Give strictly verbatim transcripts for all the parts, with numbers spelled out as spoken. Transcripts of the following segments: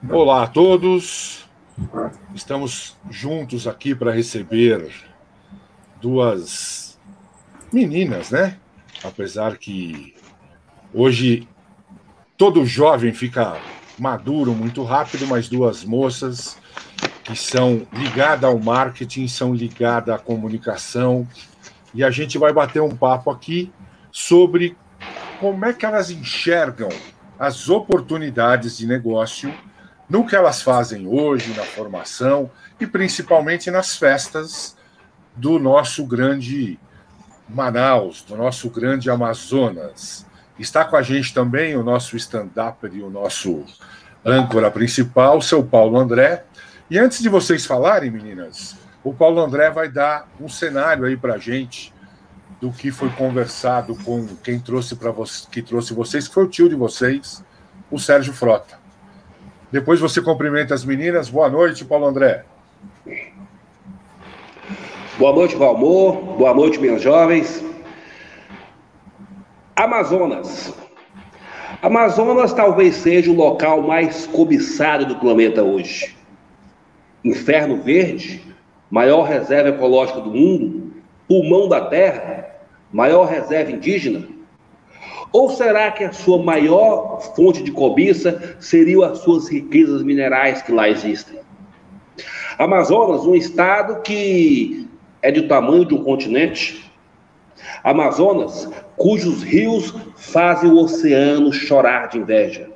Olá a todos, estamos juntos aqui para receber duas meninas, né? Apesar que hoje todo jovem fica maduro muito rápido, mas duas moças que são ligadas ao marketing, são ligadas à comunicação, e a gente vai bater um papo aqui sobre como é que elas enxergam as oportunidades de negócio no que elas fazem hoje, na formação e principalmente nas festas do nosso grande Manaus, do nosso grande Amazonas. Está com a gente também o nosso stand-up e o nosso âncora principal, seu Paulo André. E antes de vocês falarem, meninas, o Paulo André vai dar um cenário aí para a gente do que foi conversado com quem trouxe para vocês, que trouxe vocês, que foi o tio de vocês, o Sérgio Frota. Depois você cumprimenta as meninas. Boa noite, Paulo André. Boa noite, Valmor. Boa noite, minhas jovens. Amazonas. Amazonas talvez seja o local mais cobiçado do planeta hoje. Inferno Verde, maior reserva ecológica do mundo, pulmão da terra, maior reserva indígena. Ou será que a sua maior fonte de cobiça seriam as suas riquezas minerais que lá existem? Amazonas, um estado que é do tamanho de um continente. Amazonas, cujos rios fazem o oceano chorar de inveja.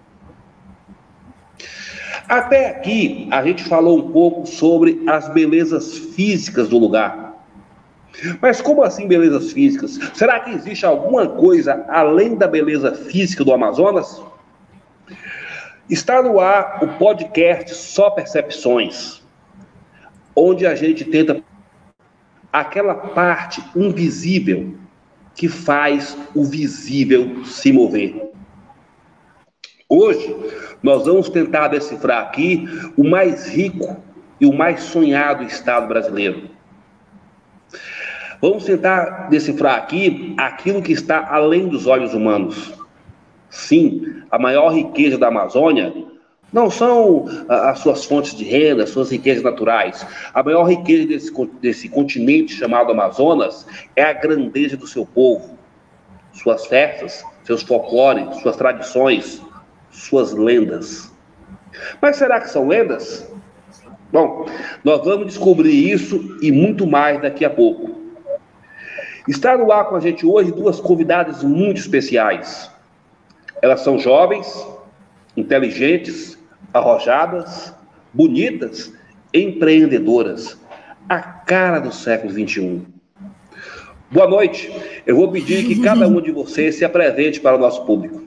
Até aqui, a gente falou um pouco sobre as belezas físicas do lugar. Mas como assim belezas físicas? Será que existe alguma coisa além da beleza física do Amazonas? Está no ar o podcast Só Percepções, onde a gente tenta aquela parte invisível que faz o visível se mover. Hoje, nós vamos tentar decifrar aqui o mais rico e o mais sonhado estado brasileiro. Vamos tentar decifrar aqui aquilo que está além dos olhos humanos. Sim, a maior riqueza da Amazônia não são as suas fontes de renda, as suas riquezas naturais. A maior riqueza desse, desse continente chamado Amazonas é a grandeza do seu povo, suas festas, seus folclores, suas tradições, suas lendas. Mas será que são lendas? Bom, nós vamos descobrir isso e muito mais daqui a pouco. Está no ar com a gente hoje duas convidadas muito especiais. Elas são jovens, inteligentes, arrojadas, bonitas, empreendedoras, a cara do século vinte e um. Boa noite. Eu vou pedir que cada um de vocês se apresente para o nosso público.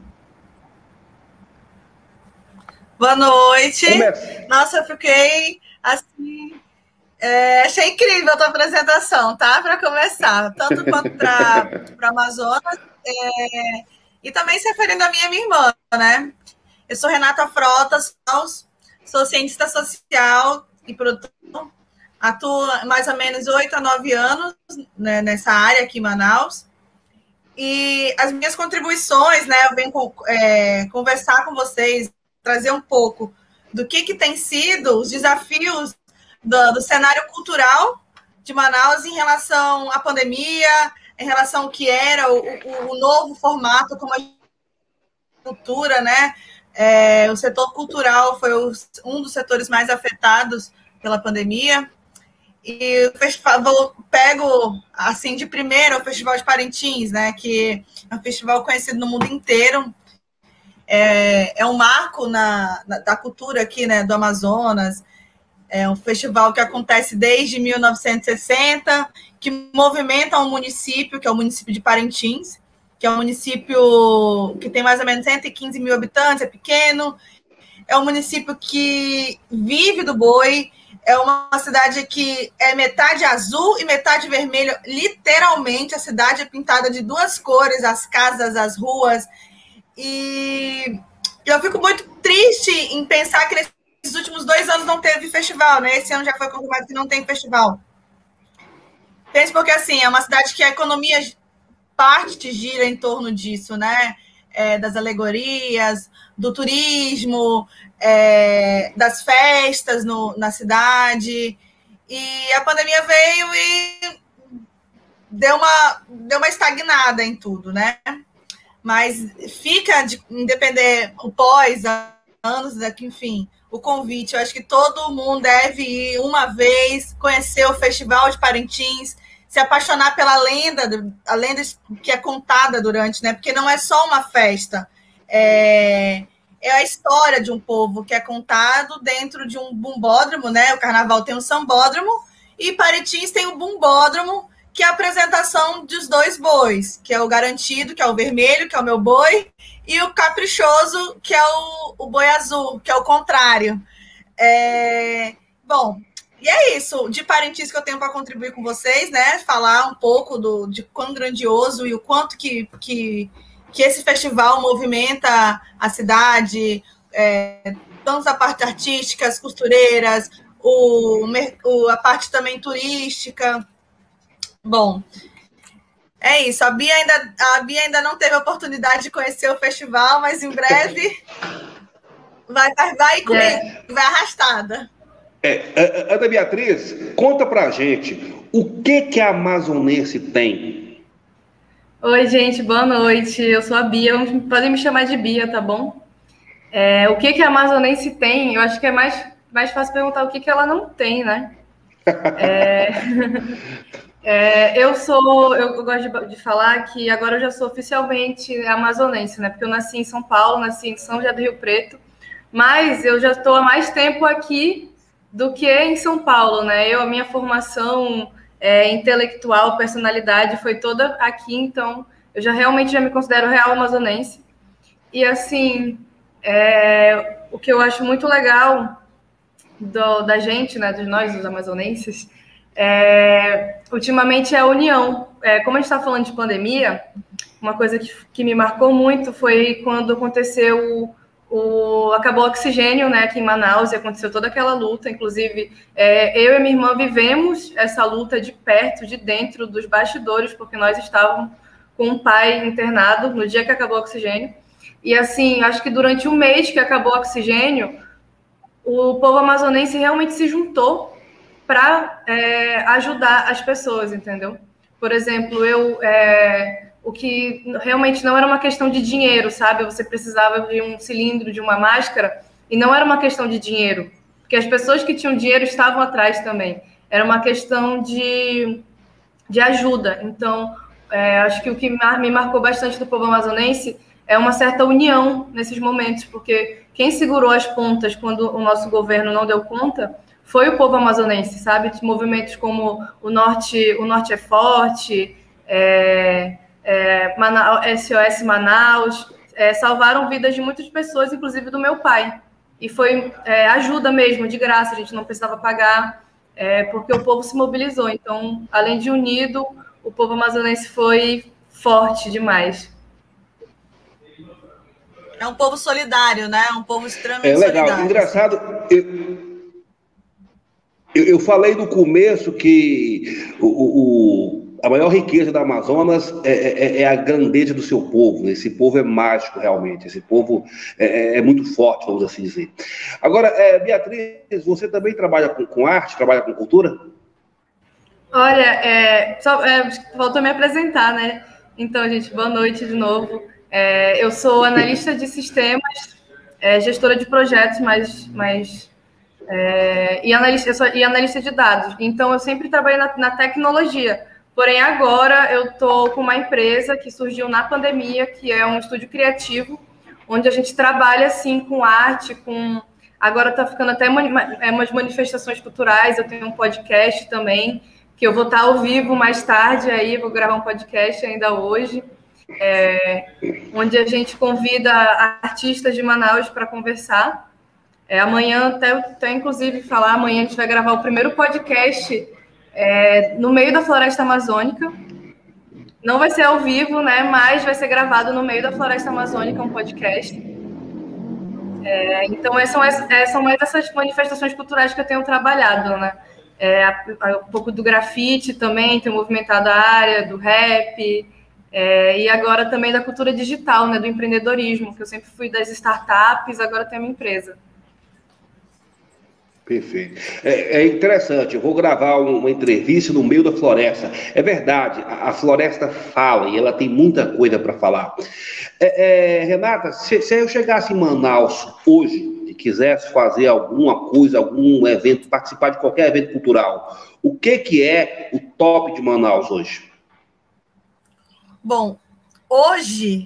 Boa noite. Comece. Nossa, eu fiquei assim... É, achei incrível a tua apresentação, tá? Para começar, tanto quanto para a Amazonas, é, e também se referindo a mim e a minha irmã, né? Eu sou Renata Frota, sou cientista social e produtor, atuo mais ou menos oito a nove anos, né, nessa área aqui em Manaus, e as minhas contribuições, né, eu venho é, conversar com vocês, trazer um pouco do que, que tem sido os desafios Do, do cenário cultural de Manaus em relação à pandemia, em relação ao que era o, o, o novo formato, como a cultura, né? É, o setor cultural foi o, um dos setores mais afetados pela pandemia. E o festival, pego assim de primeira o Festival de Parintins, né? Que é um festival conhecido no mundo inteiro. É, é um marco na, na, da cultura aqui, né? Do Amazonas. É um festival que acontece desde mil novecentos e sessenta, que movimenta um município, que é o município de Parintins, que é um município que tem mais ou menos cento e quinze mil habitantes, é pequeno. É um município que vive do boi, é uma cidade que é metade azul e metade vermelho. Literalmente, a cidade é pintada de duas cores, as casas, as ruas. E eu fico muito triste em pensar que nesse Esses últimos dois anos não teve festival, né? Esse ano já foi confirmado que não tem festival. Pense porque, assim, é uma cidade que a economia parte gira em torno disso, né? é, das alegorias, do turismo, é, das festas no, na cidade. E a pandemia veio e deu uma, deu uma estagnada em tudo, né? Mas fica, de, independer, o pós, anos daqui, enfim, o convite. Eu acho que todo mundo deve ir uma vez, conhecer o Festival de Parintins, se apaixonar pela lenda, a lenda que é contada durante, né? Porque não é só uma festa, é, é a história de um povo que é contado dentro de um bumbódromo, né? O carnaval tem um sambódromo e Parintins tem um bumbódromo, que é a apresentação dos dois bois, que é o garantido, que é o vermelho, que é o meu boi, e o caprichoso, que é o, o boi azul, que é o contrário. É, bom, e é isso, de Parintins que eu tenho para contribuir com vocês, né? Falar um pouco do, de quão grandioso e o quanto que, que, que esse festival movimenta a cidade, é, tanto a parte artística, as costureiras, o, o, a parte também turística. Bom, é isso. A Bia, ainda, a Bia ainda não teve a oportunidade de conhecer o festival, mas em breve vai, vai, vai comigo, é. vai arrastada. É, Ana Beatriz, conta pra gente o que, que a Amazonense tem. Oi, gente, boa noite. Eu sou a Bia, podem me chamar de Bia, tá bom? É, o que, que a Amazonense tem? Eu acho que é mais, mais fácil perguntar o que, que ela não tem, né? É... É, eu sou, eu gosto de, de falar que agora eu já sou oficialmente amazonense, né? Porque eu nasci em São Paulo, nasci em São José do Rio Preto, mas eu já estou há mais tempo aqui do que em São Paulo, né? Eu, a minha formação é, intelectual, personalidade foi toda aqui, então eu já realmente já me considero real amazonense. E assim, é, o que eu acho muito legal do, da gente, né? De nós, os amazonenses. É, ultimamente é a união. É, como a gente está falando de pandemia, uma coisa que, que me marcou muito foi quando aconteceu o, o acabou o oxigênio, né, aqui em Manaus, e aconteceu toda aquela luta. Inclusive, é, eu e minha irmã vivemos essa luta de perto, de dentro dos bastidores, porque nós estávamos com um pai internado no dia que acabou o oxigênio. E assim, acho que durante um mês que acabou o oxigênio, o povo amazonense realmente se juntou para é, ajudar as pessoas, entendeu? Por exemplo, eu é, o que realmente não era uma questão de dinheiro, sabe? Você precisava de um cilindro, de uma máscara, e não era uma questão de dinheiro, porque as pessoas que tinham dinheiro estavam atrás também. Era uma questão de, de ajuda. Então, é, acho que o que me marcou bastante do povo amazonense é uma certa união nesses momentos, porque quem segurou as pontas quando o nosso governo não deu conta foi o povo amazonense, sabe? De movimentos como o Norte, o Norte é Forte, é, é, Manaus, S O S Manaus, é, salvaram vidas de muitas pessoas, inclusive do meu pai. E foi é, ajuda mesmo, de graça, a gente não precisava pagar, é, porque o povo se mobilizou. Então, além de unido, o povo amazonense foi forte demais. É um povo solidário, né? Um povo extremamente é legal. solidário. Engraçado, eu... Eu, eu falei no começo que o, o, a maior riqueza da Amazonas é, é, é a grandeza do seu povo. Esse povo é mágico, realmente. Esse povo é, é muito forte, vamos assim dizer. Agora, é, Beatriz, você também trabalha com, com arte, trabalha com cultura? Olha, é, só, é, faltou me apresentar, né? Então, gente, boa noite de novo. É, eu sou analista de sistemas, é, gestora de projetos, mas... mas É, e, analista, eu sou, e analista de dados. Então, eu sempre trabalhei na, na tecnologia. Porém, agora eu estou com uma empresa que surgiu na pandemia, que é um estúdio criativo, onde a gente trabalha, assim, com arte, com... Agora está ficando até mani, é, umas manifestações culturais. Eu tenho um podcast também, que eu vou estar ao vivo mais tarde, aí vou gravar um podcast ainda hoje, é, onde a gente convida artistas de Manaus para conversar. É, amanhã, até, até inclusive falar, amanhã a gente vai gravar o primeiro podcast é, no meio da floresta amazônica. Não vai ser ao vivo, né? Mas vai ser gravado no meio da floresta amazônica, um podcast. É, então, é, são, é, são mais essas manifestações culturais que eu tenho trabalhado, né? É, um pouco do grafite também, tenho movimentado a área do rap, É, e agora também da cultura digital, né, do empreendedorismo, que eu sempre fui das startups, agora tenho uma empresa. Perfeito. É, é interessante, eu vou gravar uma entrevista no meio da floresta. É verdade, a, a floresta fala e ela tem muita coisa para falar. É, é, Renata, se, se eu chegasse em Manaus hoje e quisesse fazer alguma coisa, algum evento, participar de qualquer evento cultural, o que, que é o top de Manaus hoje? Bom, hoje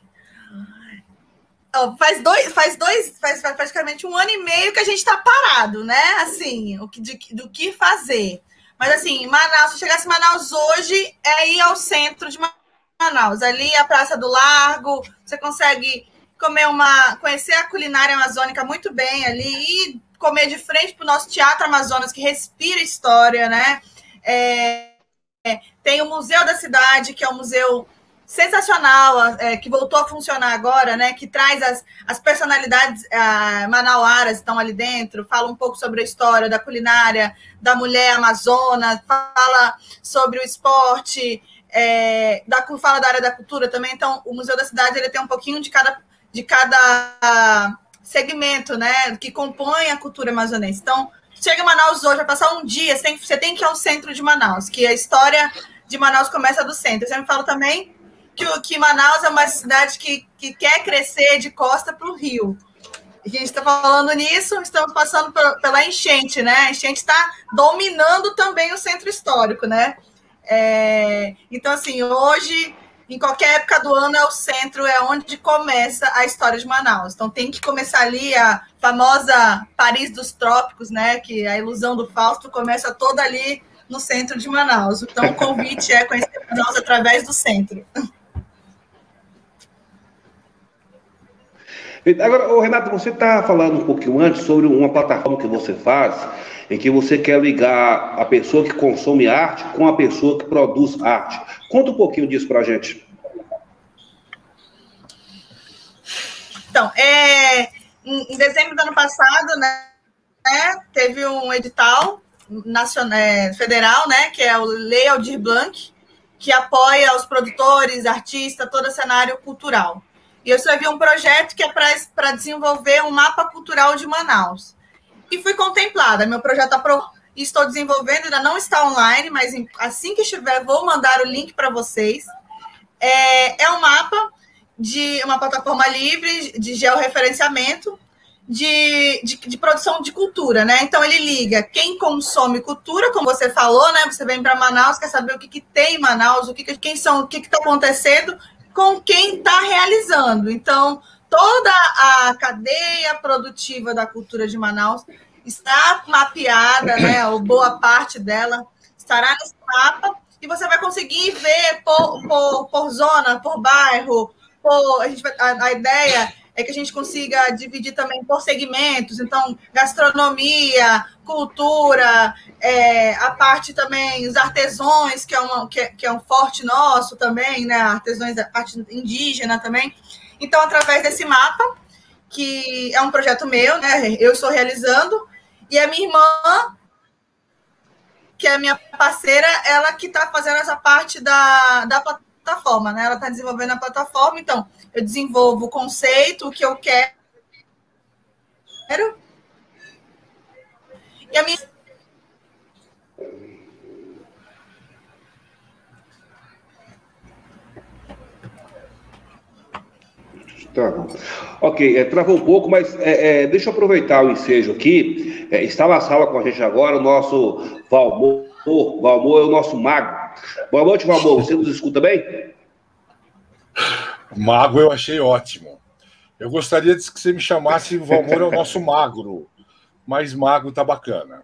faz dois, faz dois, faz, faz praticamente um ano e meio que a gente está parado, né? Assim, o que, de, do que fazer. Mas assim, Manaus, se chegasse em Manaus hoje, é ir ao centro de Manaus, ali a Praça do Largo, você consegue comer uma, conhecer a culinária amazônica muito bem ali e comer de frente para o nosso Teatro Amazonas, que respira história, né? É, é, tem o Museu da Cidade, que é um museu sensacional, é, que voltou a funcionar agora, né, que traz as, as personalidades uh, manauaras estão ali dentro, fala um pouco sobre a história da culinária, da mulher amazona, fala sobre o esporte, é, da, fala da área da cultura também. Então, o Museu da Cidade ele tem um pouquinho de cada, de cada segmento, né, que compõe a cultura amazonense. Então, chega em Manaus hoje, vai passar um dia, você tem, você tem que ir ao centro de Manaus, que a história de Manaus começa do centro. Eu sempre falo também que, que Manaus é uma cidade que, que quer crescer de costa para o rio. A gente está falando nisso, estamos passando pela enchente, né? A enchente está dominando também o centro histórico, né? É, então, assim, hoje, em qualquer época do ano, é o centro, é onde começa a história de Manaus. Então, tem que começar ali a famosa Paris dos Trópicos, né? Que a ilusão do Fausto começa toda ali no centro de Manaus. Então, o convite é conhecer Manaus através do centro. Agora, ô Renato, você está falando um pouquinho antes sobre uma plataforma que você faz, em que você quer ligar a pessoa que consome arte com a pessoa que produz arte. Conta um pouquinho disso para a gente. Então, é, em dezembro do ano passado, né, teve um edital nacional, é, federal, né, que é o Lei Aldir Blanc, que apoia os produtores, artistas, todo o cenário cultural. E eu escrevi um projeto que é para desenvolver um mapa cultural de Manaus. E fui contemplada. Meu projeto aprovou e estou desenvolvendo, ainda não está online, mas assim que estiver, vou mandar o link para vocês. É, é um mapa de uma plataforma livre de georreferenciamento de, de, de produção de cultura, né? Então, ele liga quem consome cultura, como você falou, né? Você vem para Manaus, quer saber o que, que tem em Manaus, o que, que, quem são, o que está acontecendo, com quem está realizando. Então, toda a cadeia produtiva da cultura de Manaus está mapeada, né? Ou boa parte dela estará nesse mapa, e você vai conseguir ver por, por, por zona, por bairro, por, a, gente vai, a, a ideia é que a gente consiga dividir também por segmentos, então, gastronomia, cultura, é, a parte também, os artesãos, que é, uma, que, é, que é um forte nosso também, né? Artesãos, a parte indígena também. Então, através desse mapa, que é um projeto meu, né? Eu estou realizando, e a minha irmã, que é a minha parceira, ela que está fazendo essa parte da, da plataforma, né? Ela está desenvolvendo a plataforma, então, eu desenvolvo o conceito, o que eu quero, e a minha... Tá. Ok, é, travou um pouco, mas é, é, deixa eu aproveitar o ensejo aqui. É, está na sala com a gente agora o nosso Valmor. Valmor é o nosso mago. Boa noite, Valmor. Você nos escuta bem? Mago eu achei ótimo. Eu gostaria de que você me chamasse, o Valmor é o nosso magro, mas mago tá bacana.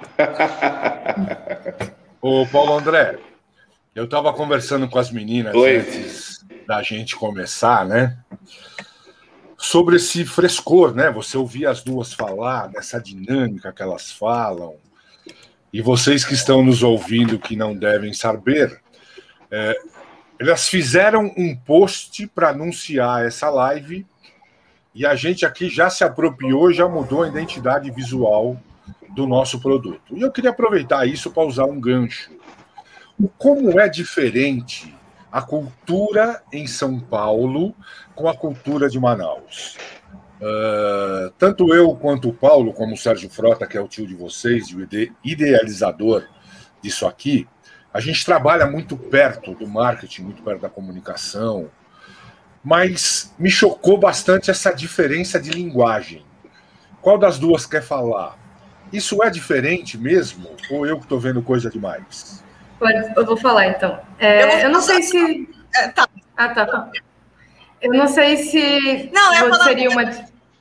Ô, Paulo André, eu estava conversando com as meninas Oi. antes da gente começar, né? Sobre esse frescor, né? Você ouvir as duas falar, dessa dinâmica que elas falam. E vocês que estão nos ouvindo, que não devem saber, é, elas fizeram um post para anunciar essa live e a gente aqui já se apropriou, já mudou a identidade visual do nosso produto. E eu queria aproveitar isso para usar um gancho. Como é diferente a cultura em São Paulo com a cultura de Manaus. Uh, tanto eu quanto o Paulo, como o Sérgio Frota, que é o tio de vocês, o idealizador disso aqui, a gente trabalha muito perto do marketing, muito perto da comunicação, mas me chocou bastante essa diferença de linguagem. Qual das duas quer falar? Isso é diferente mesmo? Ou eu que estou vendo coisa demais? Eu vou falar, então. É, eu, eu não sei se... É, tá. Ah, tá, tá. Eu não sei se não, eu seria uma...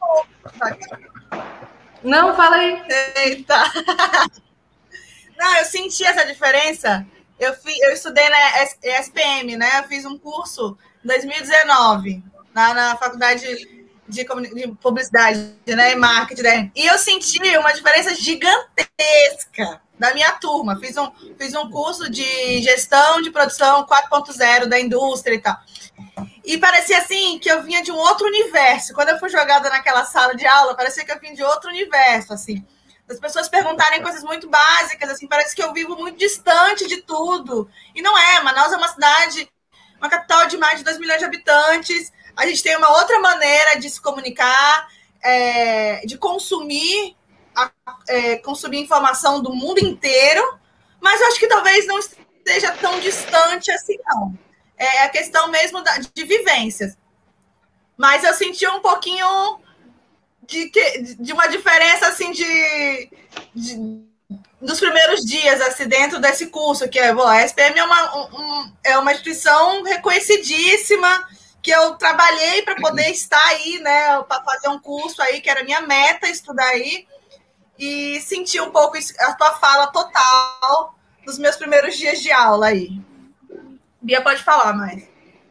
Não, fala aí. Eita. Não, eu senti essa diferença. Eu, fui, eu estudei na S P M, né? Eu fiz um curso em dois mil e dezenove, na, na faculdade de, de publicidade, né? E marketing. Né? E eu senti uma diferença gigantesca da minha turma. Fiz um, fiz um curso de gestão de produção quatro ponto zero da indústria e tal. E parecia assim que eu vinha de um outro universo. Quando eu fui jogada naquela sala de aula, parecia que eu vinha de outro universo, assim. As pessoas perguntarem coisas muito básicas, assim, parece que eu vivo muito distante de tudo. E não é, Manaus é uma cidade, uma capital de mais de dois milhões de habitantes. A gente tem uma outra maneira de se comunicar, é, de consumir, a, é, consumir informação do mundo inteiro, mas eu acho que talvez não esteja tão distante assim, não. É a questão mesmo da, de vivências. Mas eu senti um pouquinho de, de uma diferença, assim, de, de, dos primeiros dias, assim, dentro desse curso, que é, bom, a S P M é uma, um, é uma instituição reconhecidíssima, que eu trabalhei para poder estar aí, né, para fazer um curso aí, que era minha meta, estudar aí, e senti um pouco a tua fala total dos meus primeiros dias de aula aí. Bia pode falar mais.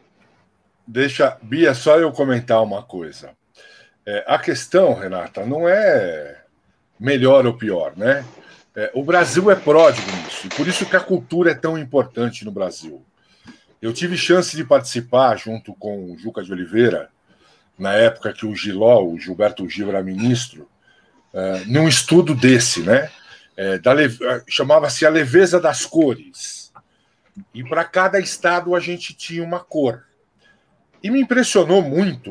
Deixa, Bia, só eu comentar uma coisa. É, a questão, Renata, não é melhor ou pior, né? É, o Brasil é pródigo nisso, e por isso que a cultura é tão importante no Brasil. Eu tive chance de participar, junto com o Juca de Oliveira, na época que o Giló, o Gilberto Gil, era ministro, é, num estudo desse, né? É, da leve... chamava-se A Leveza das Cores. E para cada estado a gente tinha uma cor. E me impressionou muito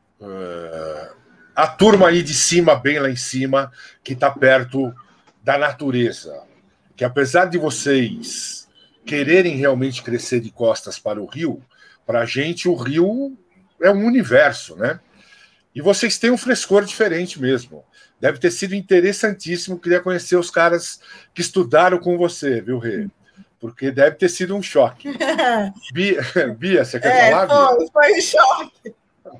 uh, a turma aí de cima, bem lá em cima, que está perto da natureza. Que apesar de vocês quererem realmente crescer de costas para o rio, para a gente o rio é um universo, né? E vocês têm um frescor diferente mesmo. Deve ter sido interessantíssimo. Queria conhecer os caras que estudaram com você, viu, Rê? Porque deve ter sido um choque. Bia, Bia, você quer é, falar, foi, Bia? Foi um choque.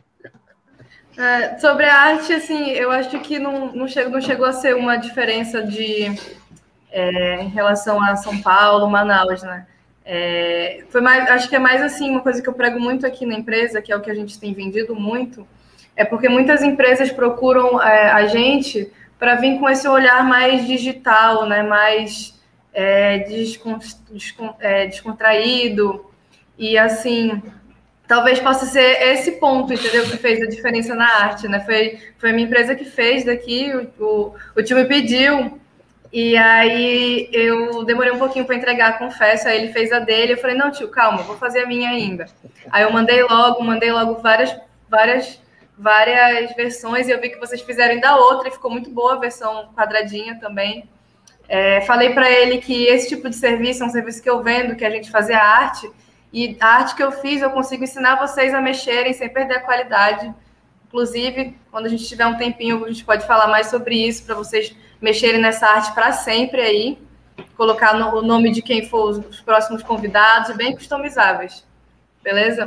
É, sobre a arte, assim, eu acho que não, não, chegou, não chegou a ser uma diferença de, é, em relação a São Paulo, Manaus, né? É, foi mais, acho que é mais assim, uma coisa que eu prego muito aqui na empresa, que é o que a gente tem vendido muito, é porque muitas empresas procuram é, a gente para vir com esse olhar mais digital, né? Mais... É, descon, descon, é, descontraído, e assim, talvez possa ser esse ponto, entendeu, que fez a diferença na arte, né? Foi, foi a minha empresa que fez daqui, o, o, o tio me pediu, e aí eu demorei um pouquinho para entregar, confesso, aí ele fez a dele, eu falei, não, tio, calma, vou fazer a minha ainda. Aí eu mandei logo, mandei logo várias, várias, várias versões, e eu vi que vocês fizeram ainda outra, e ficou muito boa a versão quadradinha também. É, falei para ele que esse tipo de serviço é um serviço que eu vendo, que a gente fazia arte, e a arte que eu fiz eu consigo ensinar vocês a mexerem sem perder a qualidade. Inclusive, quando a gente tiver um tempinho, a gente pode falar mais sobre isso, para vocês mexerem nessa arte para sempre aí, colocar no, o nome de quem for os, os próximos convidados, bem customizáveis. Beleza?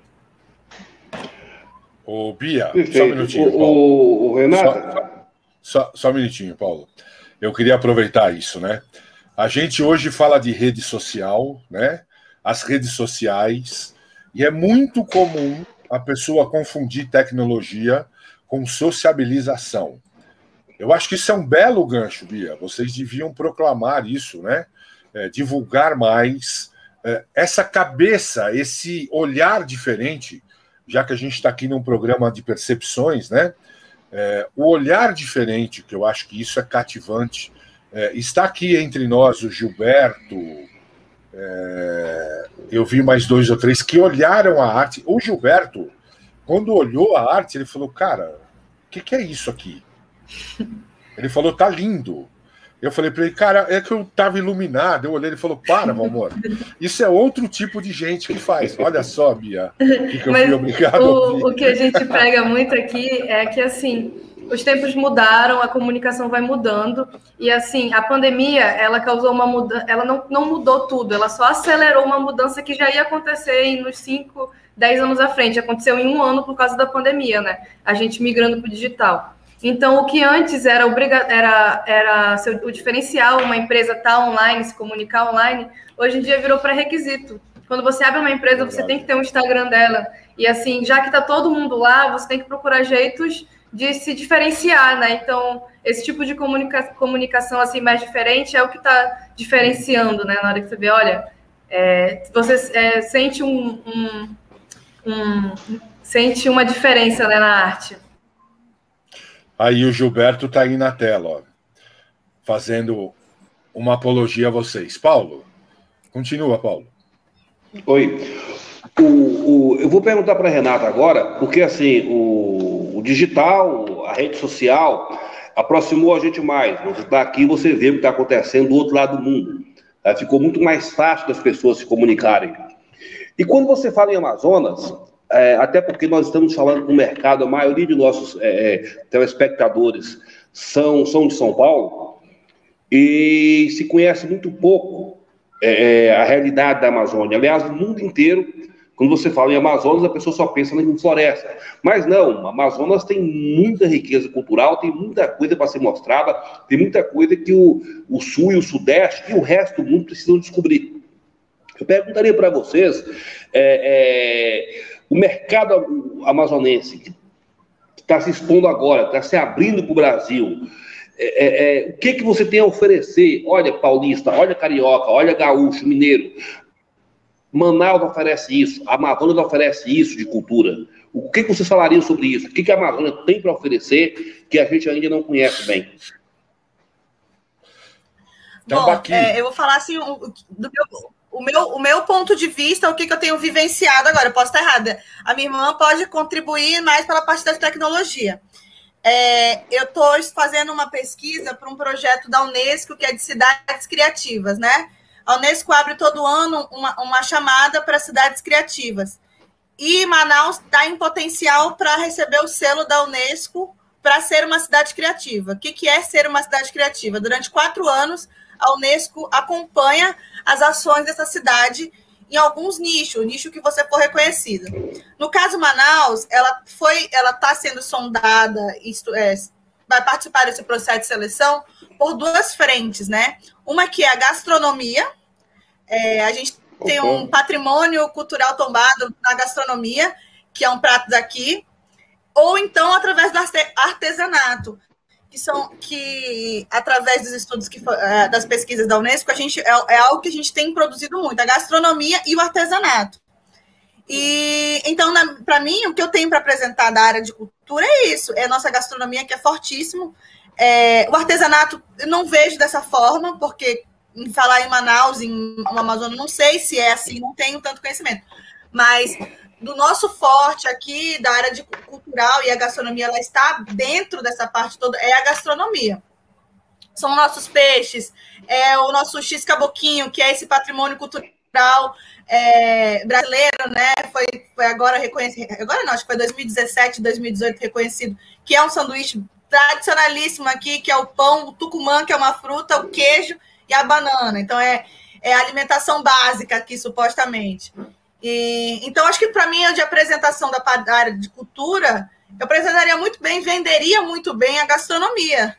Ô, Bia, Perfeito. só um minutinho, Paulo. O, o Renato... Só, só, só um minutinho, Paulo. Eu queria aproveitar isso, né? A gente hoje fala de rede social, né? As redes sociais, e é muito comum a pessoa confundir tecnologia com sociabilização. Eu acho que isso é um belo gancho, Bia. Vocês deviam proclamar isso, né? É, divulgar mais é, essa cabeça, esse olhar diferente, já que a gente está aqui num programa de percepções, né? É, o olhar diferente, que eu acho que isso é cativante, é, está aqui entre nós o Gilberto, É, eu vi mais dois ou três que olharam a arte. O Gilberto, quando olhou a arte, ele falou, cara, o que, que é isso aqui? Ele falou, tá lindo. Eu falei para ele, cara, é que eu tava iluminado. Eu olhei, ele falou, para, meu amor. Isso é outro tipo de gente que faz. Olha só, Bia, que, que eu Mas fui obrigado o, a ouvir. O que a gente pega muito aqui é que, assim, os tempos mudaram, a comunicação vai mudando. E, assim, a pandemia, ela causou uma mudança... Ela não, não mudou tudo, ela só acelerou uma mudança que já ia acontecer em, nos cinco, dez anos à frente. Aconteceu em um ano por causa da pandemia, né? A gente migrando para o digital. Então, o que antes era, obriga... era, era o diferencial, uma empresa estar online, se comunicar online, hoje em dia virou pré-requisito. Quando você abre uma empresa, você tem que ter um Instagram dela. E, assim, já que está todo mundo lá, você tem que procurar jeitos de se diferenciar, né? Então, esse tipo de comunica... comunicação assim, mais diferente é o que está diferenciando, né? Na hora que você vê, olha, é, você é, sente, um, um, um, sente uma diferença, né, na arte. Aí o Gilberto está aí na tela, ó, fazendo uma apologia a vocês. Paulo, continua, Paulo. Oi. O, o, eu vou perguntar para a Renata agora, porque assim, o, o digital, a rede social, aproximou a gente mais. Você está aqui, você vê o que está acontecendo do outro lado do mundo. Tá? Ficou muito mais fácil das pessoas se comunicarem. E quando você fala em Amazonas... É, até porque nós estamos falando com o mercado, a maioria de nossos é, telespectadores são, são de São Paulo, e se conhece muito pouco é, a realidade da Amazônia. Aliás, no mundo inteiro, quando você fala em Amazonas, a pessoa só pensa em floresta. Mas não, Amazonas tem muita riqueza cultural, tem muita coisa para ser mostrada, tem muita coisa que o, o Sul e o Sudeste e o resto do mundo precisam descobrir. Eu perguntaria para vocês... É, é, o mercado amazonense, que está se expondo agora, está se abrindo para o Brasil, é, é, o que, que você tem a oferecer? Olha, paulista, olha, carioca, olha, gaúcho, mineiro. Manaus oferece isso, a Amazônia oferece isso de cultura. O que, que vocês falariam sobre isso? O que, que a Amazônia tem para oferecer que a gente ainda não conhece bem? Bom, é, eu vou falar assim do meu... O meu, o meu ponto de vista, o que, que eu tenho vivenciado agora, eu posso estar errada. A minha irmã pode contribuir mais pela parte da tecnologia. É, eu estou fazendo uma pesquisa para um projeto da Unesco, que é de cidades criativas, né? A Unesco abre todo ano uma, uma chamada para cidades criativas. E Manaus está em potencial para receber o selo da Unesco para ser uma cidade criativa. O que, que é ser uma cidade criativa? Durante quatro anos, a Unesco acompanha as ações dessa cidade em alguns nichos, o nicho que você for reconhecido. No caso Manaus, ela foi, ela está sendo sondada, isto é, vai participar desse processo de seleção por duas frentes, né? Uma que é a gastronomia, é, a gente tem um patrimônio cultural tombado na gastronomia, que é um prato daqui, ou então através do artesanato, que são que, através dos estudos, que, das pesquisas da Unesco, a gente, é, é algo que a gente tem produzido muito, a gastronomia e o artesanato. E, então, para mim, o que eu tenho para apresentar da área de cultura é isso, é a nossa gastronomia, que é fortíssimo. É, o artesanato, eu não vejo dessa forma, porque em falar em Manaus, em, no Amazonas, não sei se é assim, não tenho tanto conhecimento, mas... do nosso forte aqui, da área de cultural e a gastronomia, ela está dentro dessa parte toda, é a gastronomia. São nossos peixes, é o nosso X-Caboquinho, que é esse patrimônio cultural é, brasileiro, né? Foi, foi agora reconhecido, agora não, acho que foi dois mil e dezessete, dois mil e dezoito reconhecido, que é um sanduíche tradicionalíssimo aqui, que é o pão, o tucumã, que é uma fruta, o queijo e a banana. Então, é, é a alimentação básica aqui, supostamente. E, então, acho que para mim, de apresentação da, da área de cultura, eu apresentaria muito bem, venderia muito bem a gastronomia.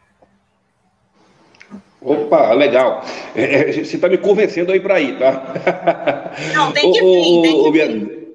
Opa, legal. É, você está me convencendo aí para ir, tá? Não, tem que vir, tem que vir.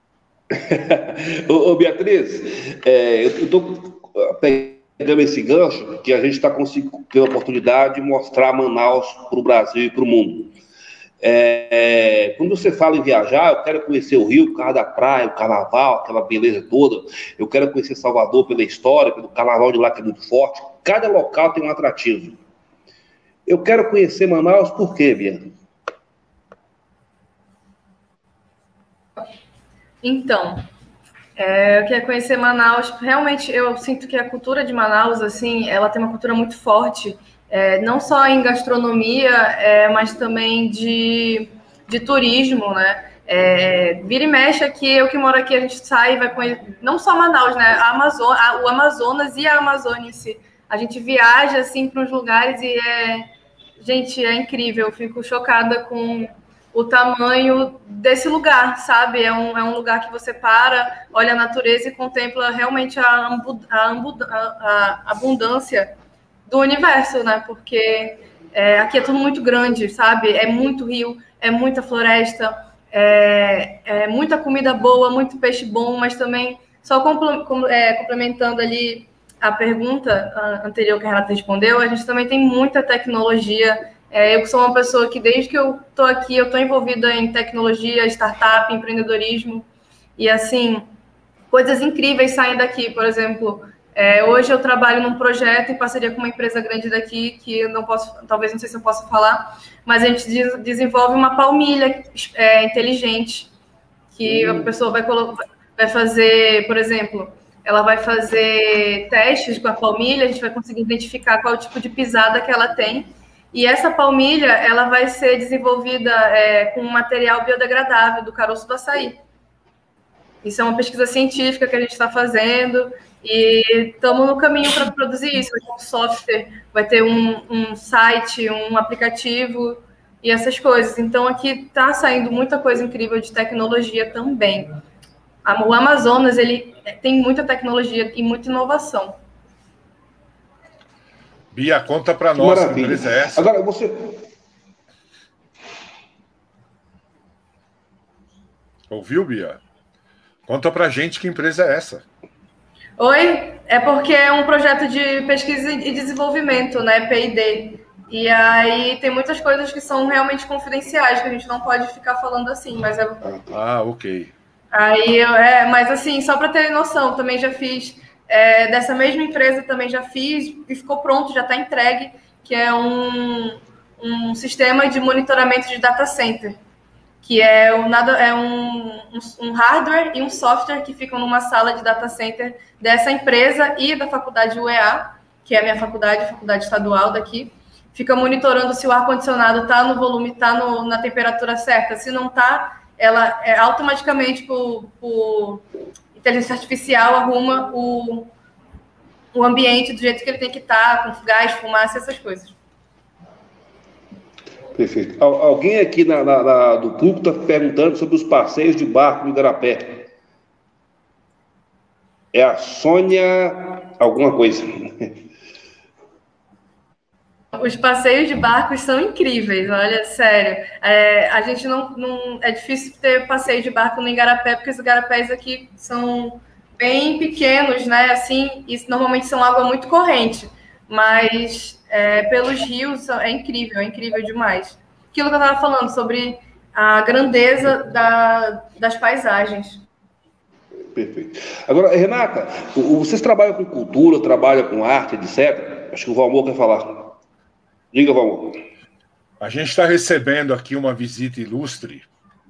Ô, ô, Beatriz, é, eu estou pegando esse gancho que a gente está conseguindo ter a oportunidade de mostrar Manaus para o Brasil e para o mundo. É, é, quando você fala em viajar, eu quero conhecer o Rio por causa da praia, o carnaval, aquela beleza toda. Eu quero conhecer Salvador pela história, pelo carnaval de lá, que é muito forte. Cada local tem um atrativo. Eu quero conhecer Manaus por quê, Bia? Então, é, eu queria conhecer Manaus. Realmente, eu sinto que a cultura de Manaus, assim, ela tem uma cultura muito forte, é, não só em gastronomia, é, mas também de, de turismo, né? É, vira e mexe aqui, eu que moro aqui, a gente sai e vai conhecer, não só Manaus, né? A Amazon, a, o Amazonas e a Amazônia em si. A gente viaja, assim, para uns lugares e é... Gente, é incrível, eu fico chocada com o tamanho desse lugar, sabe? É um, é um lugar que você para, olha a natureza e contempla realmente a, a, a abundância do universo, né? Porque é, aqui é tudo muito grande, sabe? É muito rio, é muita floresta, é, é muita comida boa, muito peixe bom, mas também, só complementando ali a pergunta anterior que a Renata respondeu, a gente também tem muita tecnologia. É, eu sou uma pessoa que, desde que eu estou aqui, eu estou envolvida em tecnologia, startup, empreendedorismo, e, assim, coisas incríveis saem daqui. Por exemplo, é, hoje eu trabalho num projeto em parceria com uma empresa grande daqui, que eu não posso, talvez não sei se eu possa falar, mas a gente des desenvolve uma palmilha é, inteligente, que uhum. a pessoa vai, vai fazer, por exemplo... Ela vai fazer testes com a palmilha, a gente vai conseguir identificar qual tipo de pisada que ela tem. E essa palmilha, ela vai ser desenvolvida é, com um material biodegradável do caroço do açaí. Isso é uma pesquisa científica que a gente está fazendo e estamos no caminho para produzir isso. Vai ter um software, vai ter um, um site, um aplicativo e essas coisas. Então, aqui está saindo muita coisa incrível de tecnologia também. O Amazonas, ele tem muita tecnologia e muita inovação. Bia, conta para nós que empresa é essa. Agora, você... Ouviu, Bia? Conta para gente que empresa é essa. Oi, é porque é um projeto de pesquisa e desenvolvimento, né, P e D. E aí tem muitas coisas que são realmente confidenciais, que a gente não pode ficar falando assim, mas é... Ah, ok. Aí, é, mas assim, só para ter noção, também já fiz, é, dessa mesma empresa também já fiz, e ficou pronto, já está entregue, que é um, um sistema de monitoramento de data center, que é, um, é um, um, um hardware e um software que ficam numa sala de data center dessa empresa e da faculdade U E A, que é a minha faculdade, faculdade estadual daqui, fica monitorando se o ar-condicionado está no volume, está na temperatura certa, se não está... ela é, automaticamente, por, por inteligência artificial, arruma o, o ambiente do jeito que ele tem que estar, com gás, fumaça, essas coisas. Perfeito. Alguém aqui na, na, na, do público está perguntando sobre os passeios de barco no Igarapé. É a Sônia alguma coisa. Os passeios de barcos são incríveis, olha, sério. É, a gente não, não... É difícil ter passeio de barco no Igarapé, porque os igarapés aqui são bem pequenos, né? Assim, e normalmente são água muito corrente. Mas é, pelos rios é incrível, é incrível demais. Aquilo que eu estava falando sobre a grandeza da, das paisagens. Perfeito. Agora, Renata, vocês trabalham com cultura, trabalham com arte, etcétera? Acho que o Valmor quer falar. Diga, Valmor. A gente está recebendo aqui uma visita ilustre,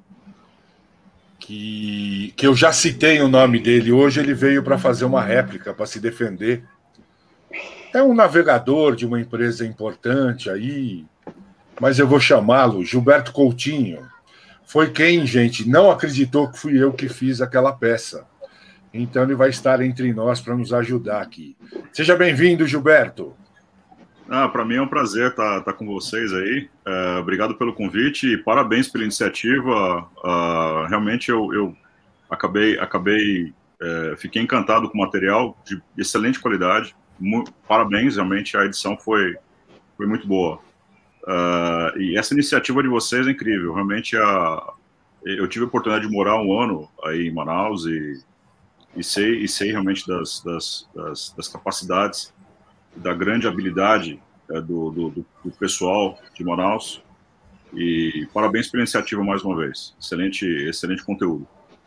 que, que eu já citei o nome dele. Hoje ele veio para fazer uma réplica, para se defender. É um navegador de uma empresa importante aí, mas eu vou chamá-lo Gilberto Coutinho. Foi quem, gente, não acreditou que fui eu que fiz aquela peça. Então ele vai estar entre nós para nos ajudar aqui. Seja bem-vindo, Gilberto. Ah, para mim é um prazer estar, estar com vocês aí. É, obrigado pelo convite e parabéns pela iniciativa. Uh, realmente eu, eu acabei, acabei é, fiquei encantado com o material de excelente qualidade. Muito, parabéns, realmente a edição foi, foi muito boa. Uh, e essa iniciativa de vocês é incrível. Realmente a, eu tive a oportunidade de morar um ano aí em Manaus e, e, sei, e sei realmente das, das, das, das capacidades, da grande habilidade é, do, do, do pessoal de Manaus. E parabéns pela iniciativa mais uma vez. Excelente, excelente conteúdo.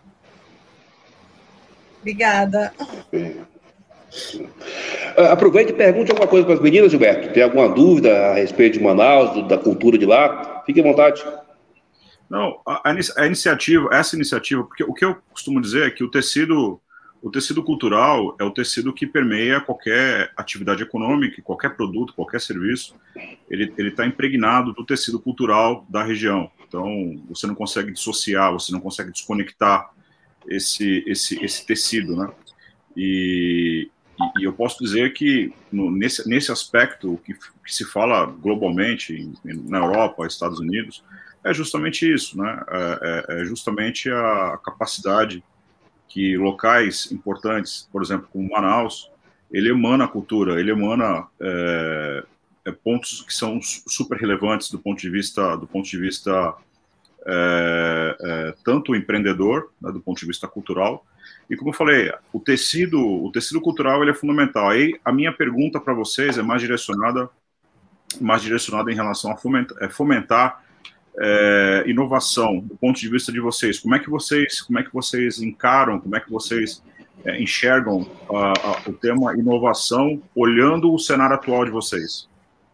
Obrigada. Aproveite e pergunte alguma coisa para as meninas, Gilberto. Tem alguma dúvida a respeito de Manaus, do, da cultura de lá? Fique à vontade. Não, a, a iniciativa, essa iniciativa, porque o que eu costumo dizer é que o tecido, o tecido cultural é o tecido que permeia qualquer atividade econômica, qualquer produto, qualquer serviço, ele ele está impregnado do tecido cultural da região. Então, você não consegue dissociar, você não consegue desconectar esse esse esse tecido, né? E, e, e eu posso dizer que no, nesse nesse aspecto que, que se fala globalmente na Europa, Estados Unidos, é justamente isso, né? É, é justamente a capacidade que locais importantes, por exemplo, como Manaus, ele emana a cultura, ele emana é, é, pontos que são super relevantes do ponto de vista, do ponto de vista é, é, tanto empreendedor, né, do ponto de vista cultural, e como eu falei, o tecido, o tecido cultural ele é fundamental. Aí a minha pergunta para vocês é mais direcionada, mais direcionada em relação a fomentar, é fomentar É, inovação do ponto de vista de vocês. Como é que vocês, como é que vocês encaram, como é que vocês é, enxergam a, a, o tema inovação olhando o cenário atual de vocês?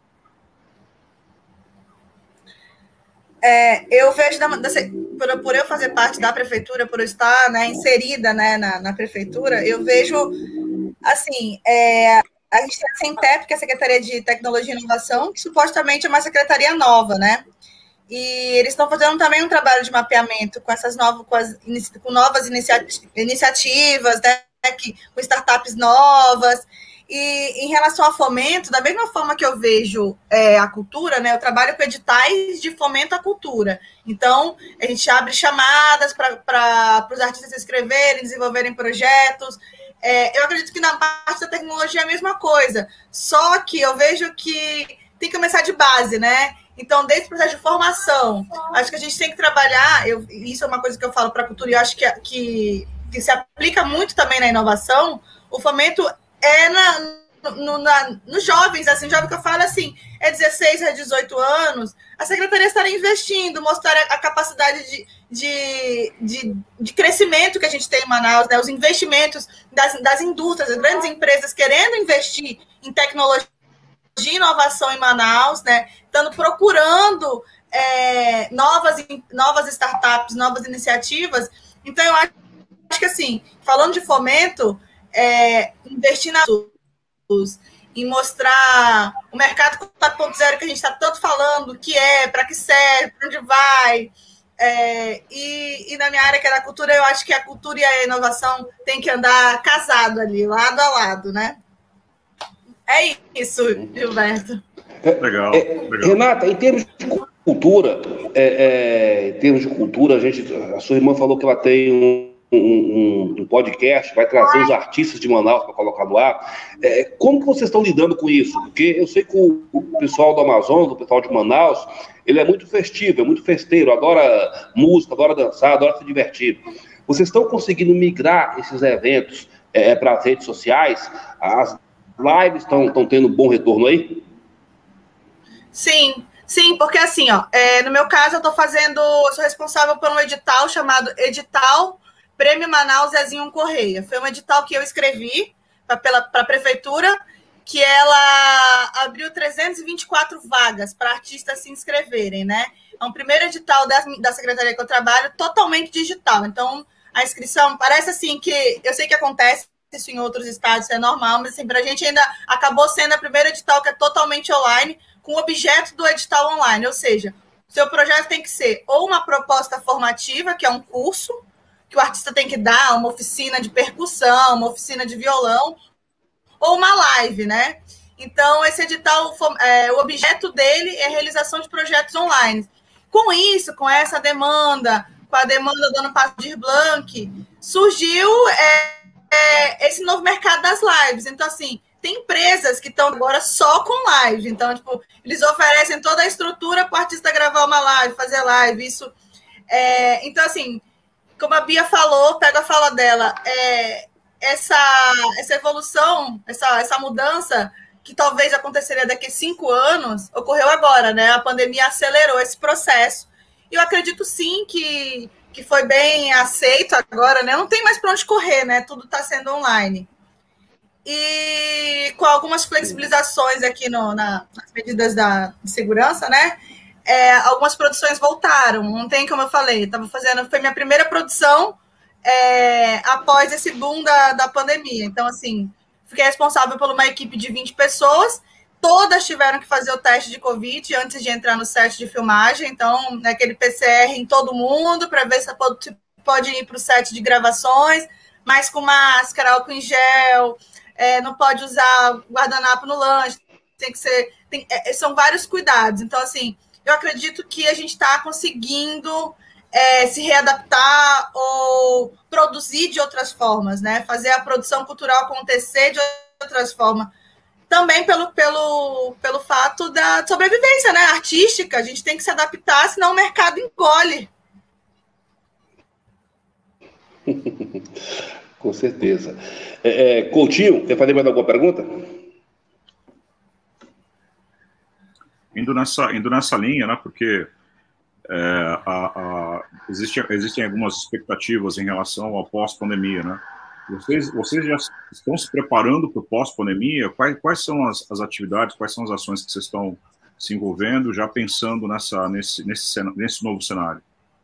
É, eu vejo, da, da, por, por eu fazer parte da prefeitura, por eu estar, né, inserida, né, na, na prefeitura, eu vejo, assim, é, a gente tem a Centep, que é a Secretaria de Tecnologia e Inovação, que supostamente é uma secretaria nova, né? E eles estão fazendo também um trabalho de mapeamento com essas novas, com, as, com novas inicia- iniciativas, né, que, com startups novas. E em relação ao fomento, da mesma forma que eu vejo é, a cultura, né, eu trabalho com editais de fomento à cultura. Então, a gente abre chamadas para os artistas se inscreverem, desenvolverem projetos. É, eu acredito que na parte da tecnologia é a mesma coisa, só que eu vejo que tem que começar de base, né? Então, desde o processo de formação, acho que a gente tem que trabalhar, eu, isso é uma coisa que eu falo para a cultura, e eu acho que, que, que se aplica muito também na inovação, o fomento é na, no, na, nos jovens, assim, jovem que eu falo assim, é dezesseis a dezoito anos, a secretaria estaria investindo, mostrar a, a capacidade de, de, de, de crescimento que a gente tem em Manaus, né, os investimentos das, das indústrias, as grandes empresas querendo investir em tecnologia, de inovação em Manaus, né? Estando procurando é, novas, novas startups, novas iniciativas. Então, eu acho, acho que, assim, falando de fomento, é, investir na em mostrar o mercado quatro ponto zero que a gente está tanto falando, o que é, para que serve, para onde vai. É, e, e na minha área, que é da cultura, eu acho que a cultura e a inovação tem que andar casado ali, lado a lado, né? É isso, Gilberto. Legal, é, legal. Renata, em termos de cultura, é, é, em termos de cultura, a, gente, a sua irmã falou que ela tem um, um, um podcast, vai trazer os artistas de Manaus para colocar no ar. É, como que vocês estão lidando com isso? Porque eu sei que o, o pessoal do Amazonas, o pessoal de Manaus, ele é muito festivo, é muito festeiro, adora música, adora dançar, adora se divertir. Vocês estão conseguindo migrar esses eventos é, para as redes sociais? As lives estão tendo bom retorno aí? Sim, sim, porque assim, ó, é, no meu caso eu estou fazendo, eu sou responsável por um edital chamado Edital Prêmio Manaus Zezinho Correia. Foi um edital que eu escrevi para a prefeitura, que ela abriu trezentas e vinte e quatro vagas para artistas se inscreverem, né? É um primeiro edital da, da secretaria que eu trabalho, totalmente digital. Então, a inscrição parece assim que, eu sei que acontece isso em outros estados, isso é normal, mas assim, para a gente ainda acabou sendo a primeira edital que é totalmente online, com o objeto do edital online, ou seja, o seu projeto tem que ser ou uma proposta formativa, que é um curso, que o artista tem que dar, uma oficina de percussão, uma oficina de violão, ou uma live, né? Então, esse edital, é, o objeto dele é a realização de projetos online. Com isso, com essa demanda, com a demanda do ano passado de Blanc, surgiu... É, É, esse novo mercado das lives. Então, assim, tem empresas que estão agora só com live. Então, tipo, eles oferecem toda a estrutura para o artista gravar uma live, fazer live, isso. É, então, assim, como a Bia falou, pega a fala dela, é, essa, essa evolução, essa, essa mudança que talvez aconteceria daqui a cinco anos, ocorreu agora, né? A pandemia acelerou esse processo. E eu acredito, sim, que... que foi bem aceito agora, né? Não tem mais para onde correr, né? Tudo está sendo online. E com algumas flexibilizações aqui no, na, nas medidas da, de segurança, né? é, algumas produções voltaram. Não tem como eu falei, estava fazendo, foi minha primeira produção é, após esse boom da, da pandemia. Então, assim, fiquei responsável por uma equipe de vinte pessoas, todas tiveram que fazer o teste de Covid antes de entrar no set de filmagem, então, né, aquele P C R em todo mundo, para ver se pode, pode ir para o set de gravações, mas com máscara, álcool em gel, é, não pode usar guardanapo no lanche, tem que ser... Tem, é, são vários cuidados. Então, assim, eu acredito que a gente está conseguindo é, se readaptar ou produzir de outras formas, né? Fazer a produção cultural acontecer de outras formas. Também pelo, pelo, pelo fato da sobrevivência, né? Artística, a gente tem que se adaptar, senão o mercado engole. Com certeza. É, é, Coutinho, quer fazer mais alguma pergunta? Indo nessa, indo nessa linha, né? Porque é, a, a, existe, existem algumas expectativas em relação ao pós-pandemia, né? Vocês, vocês já estão se preparando para o pós-pandemia? Quais, quais são as, as atividades, quais são as ações que vocês estão se envolvendo, já pensando nessa, nesse, nesse, nesse novo cenário?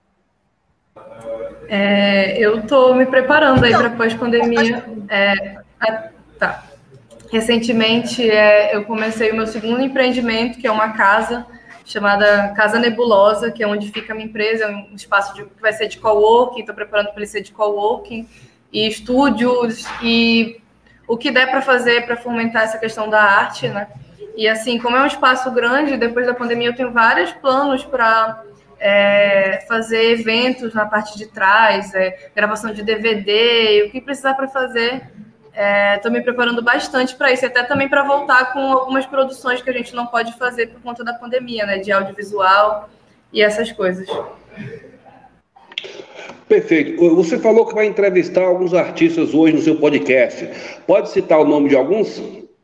É, eu estou me preparando aí para pós-pandemia. É, ah, tá. Recentemente, é, eu comecei o meu segundo empreendimento, que é uma casa chamada Casa Nebulosa, que é onde fica a minha empresa, é um espaço de, que vai ser de coworking, estou preparando para ele ser de coworking, e estúdios, e o que der para fazer para fomentar essa questão da arte, né? E assim, como é um espaço grande, depois da pandemia eu tenho vários planos para é, fazer eventos na parte de trás, é, gravação de D V D, o que precisar para fazer. Estou é, me preparando bastante para isso, até também para voltar com algumas produções que a gente não pode fazer por conta da pandemia, né? De audiovisual e essas coisas. Perfeito. Você falou que vai entrevistar alguns artistas hoje no seu podcast. Pode citar o nome de alguns?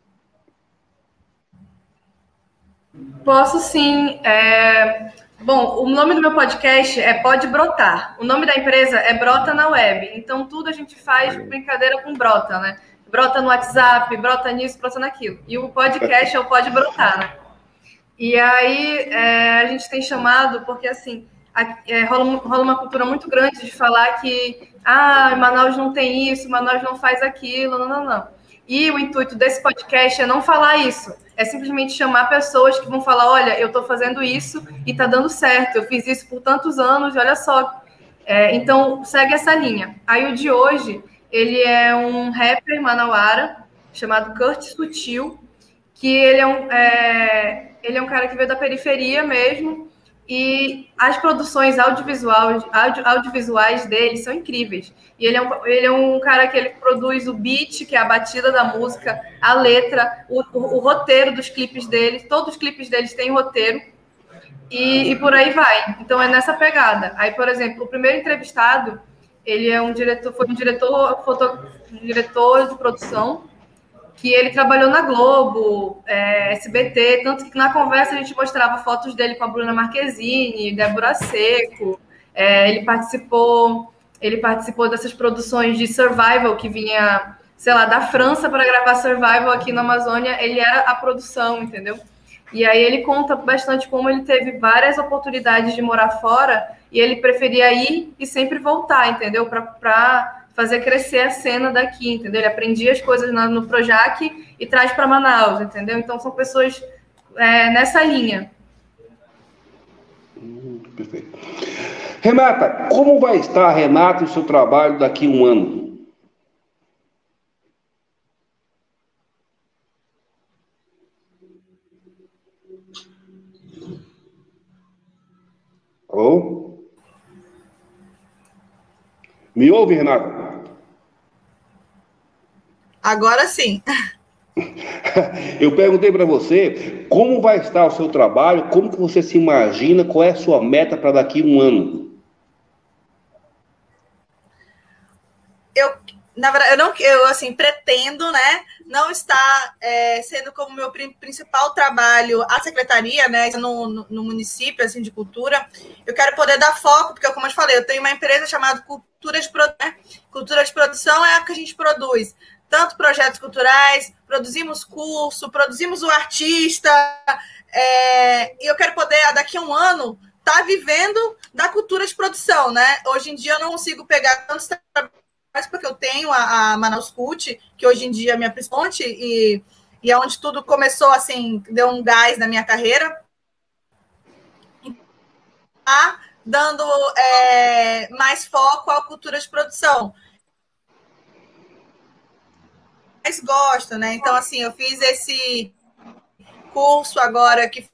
Posso sim. É... Bom, o nome do meu podcast é Pode Brotar. O nome da empresa é Brota na Web. Então, tudo a gente faz brincadeira com brota, né? Brota no WhatsApp, brota nisso, brota naquilo. E o podcast é o Pode Brotar, né? E aí, é, a gente tem chamado, porque assim... É, rola, rola uma cultura muito grande de falar que ah, Manaus não tem isso, Manaus não faz aquilo, não, não, não. E o intuito desse podcast é não falar isso, é simplesmente chamar pessoas que vão falar, olha, eu estou fazendo isso e está dando certo, eu fiz isso por tantos anos e olha só. É, então, segue essa linha. Aí o de hoje, ele é um rapper manauara chamado Kurt Sutil, que ele é um, é, ele é um cara que veio da periferia mesmo. E as produções audiovisuais, audio, audiovisuais dele são incríveis. E ele é, um, ele é um cara que ele produz o beat, que é a batida da música, a letra, o, o, o roteiro dos clipes dele. Todos os clipes deles têm roteiro. E, e por aí vai. Então é nessa pegada. Aí, por exemplo, o primeiro entrevistado, ele é um diretor, foi um diretor, foto, um diretor de produção, que ele trabalhou na Globo, é, S B T, tanto que na conversa a gente mostrava fotos dele com a Bruna Marquezine, Débora Seco, é, ele participou, ele participou dessas produções de Survival, que vinha, sei lá, da França para gravar Survival aqui na Amazônia, ele era a produção, entendeu? E aí ele conta bastante como ele teve várias oportunidades de morar fora e ele preferia ir e sempre voltar, entendeu? Para fazer crescer a cena daqui, entendeu? Ele aprendia as coisas no Projac e traz para Manaus, entendeu? Então, são pessoas é, nessa linha. Hum, perfeito. Renata, como vai estar, Renata, e o seu trabalho daqui a um ano? Alô? Me ouve, Renata? Agora sim. Eu perguntei para você como vai estar o seu trabalho, como que você se imagina, qual é a sua meta para daqui a um ano? Eu, na verdade, eu não, eu assim pretendo, né, não estar é, sendo como meu principal trabalho a secretaria, né, no, no, no município assim de cultura. Eu quero poder dar foco, porque como eu te falei, eu tenho uma empresa chamada Cultura de Produção. Né? Cultura de Produção é a que a gente produz tanto projetos culturais, produzimos curso, produzimos o artista, é, é, eu quero poder, daqui a um ano, estar tá vivendo da cultura de produção, né? Hoje em dia eu não consigo pegar tantos trabalhos, porque eu tenho a, a Manaus Cult, que hoje em dia é a minha principal fonte, e, e é onde tudo começou, assim, deu um gás na minha carreira. Tá dando é, mais foco à cultura de produção. Mas gosto, né? Então, assim, eu fiz esse curso agora que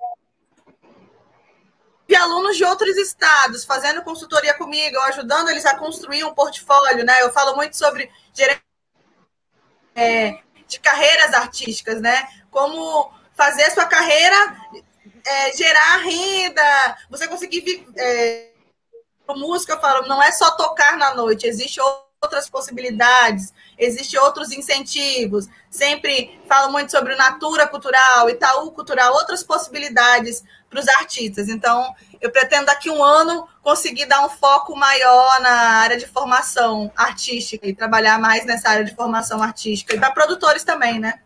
de alunos de outros estados fazendo consultoria comigo, ajudando eles a construir um portfólio, né? Eu falo muito sobre é, de carreiras artísticas, né? Como fazer a sua carreira é, gerar renda, você conseguir é, música, eu falo, não é só tocar na noite, existe outras possibilidades, existem outros incentivos. Sempre falo muito sobre o Natura Cultural, Itaú Cultural, outras possibilidades para os artistas. Então, eu pretendo daqui a um ano conseguir dar um foco maior na área de formação artística e trabalhar mais nessa área de formação artística. E para produtores também, né?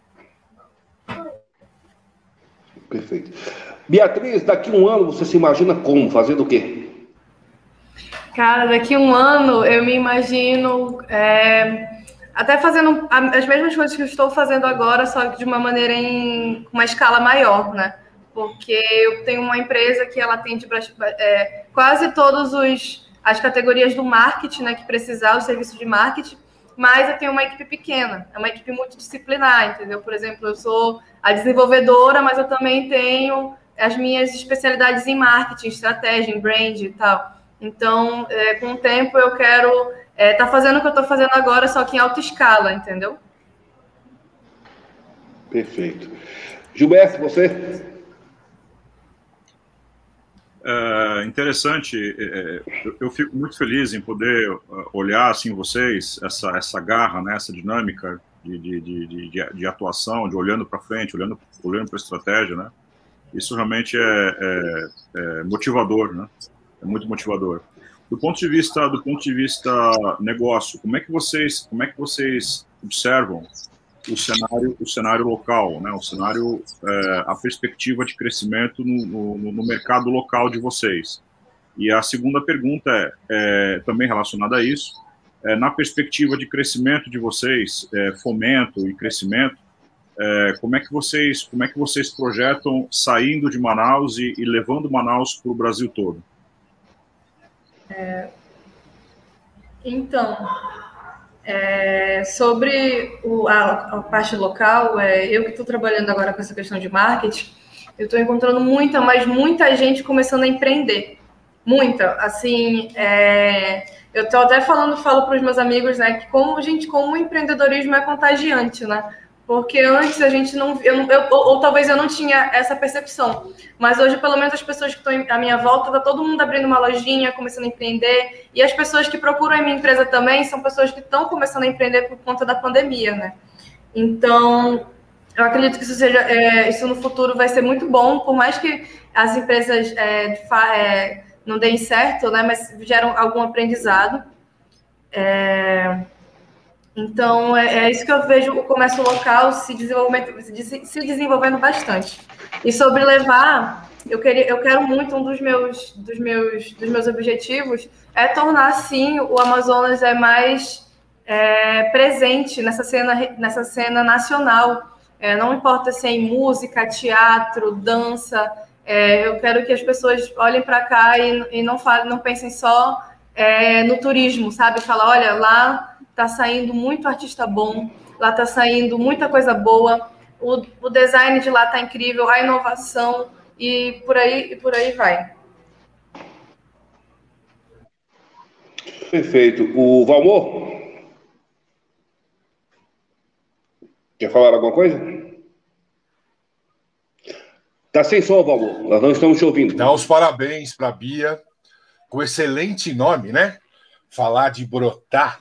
Perfeito. Beatriz, daqui a um ano você se imagina como? Fazendo o quê? Cara, daqui a um ano eu me imagino é, até fazendo as mesmas coisas que eu estou fazendo agora, só que de uma maneira em uma escala maior, né? Porque eu tenho uma empresa que ela atende é, quase todas as categorias do marketing, né, que precisar, o serviço de marketing, mas eu tenho uma equipe pequena, é uma equipe multidisciplinar, entendeu? Por exemplo, eu sou a desenvolvedora, mas eu também tenho as minhas especialidades em marketing, estratégia, em brand e tal. Então, é, com o tempo, eu quero estar é, tá fazendo o que eu estou fazendo agora, só que em alta escala, entendeu? Perfeito. Gilberto, você? É interessante, é, eu, eu fico muito feliz em poder olhar assim vocês, essa, essa garra, né, essa dinâmica de, de, de, de, de atuação, de olhando para frente, olhando, olhando para a estratégia, né? Isso realmente é, é, é motivador, né? É muito motivador. Do ponto de vista, do ponto de vista negócio, como é que vocês, como é que vocês observam o cenário, o cenário local, né? O cenário, é, a perspectiva de crescimento no, no, no mercado local de vocês. E a segunda pergunta é, é também relacionada a isso, é, na perspectiva de crescimento de vocês, é, fomento e crescimento, é, como é que vocês, como é que vocês projetam saindo de Manaus e, e levando Manaus para o Brasil todo? É, então, é, sobre o, a, a parte local, é, eu que estou trabalhando agora com essa questão de marketing, eu estou encontrando muita, mas muita gente começando a empreender. Muita, assim, é, eu estou até falando, falo para os meus amigos, né, que como, gente, como o empreendedorismo é contagiante, né? Porque antes a gente não... Eu, eu, ou, ou talvez eu não tinha essa percepção. Mas hoje, pelo menos, as pessoas que estão à minha volta, está todo mundo abrindo uma lojinha, começando a empreender. E as pessoas que procuram a minha empresa também são pessoas que estão começando a empreender por conta da pandemia, né? Então, eu acredito que isso, seja, é, isso no futuro vai ser muito bom, por mais que as empresas é, é, não deem certo, né? Mas geram algum aprendizado. É... Então, é, é isso que eu vejo o comércio local se, se, se desenvolvendo bastante. E sobre levar, eu, queria, eu quero muito, um dos meus, dos, meus, dos meus objetivos é tornar, sim, o Amazonas é mais é, presente nessa cena, nessa cena nacional. É, não importa se é em música, teatro, dança, é, eu quero que as pessoas olhem para cá e, e não, falem, não pensem só é, no turismo, sabe? Fala, olha, lá... Tá saindo muito artista bom, lá tá saindo muita coisa boa, o, o design de lá tá incrível, a inovação e por aí, e por aí vai. Perfeito. O Valmor? Quer falar alguma coisa? Tá sem som, Valmor. Nós não estamos te ouvindo. Dá os parabéns para a Bia, com excelente nome, né? Falar de brotar.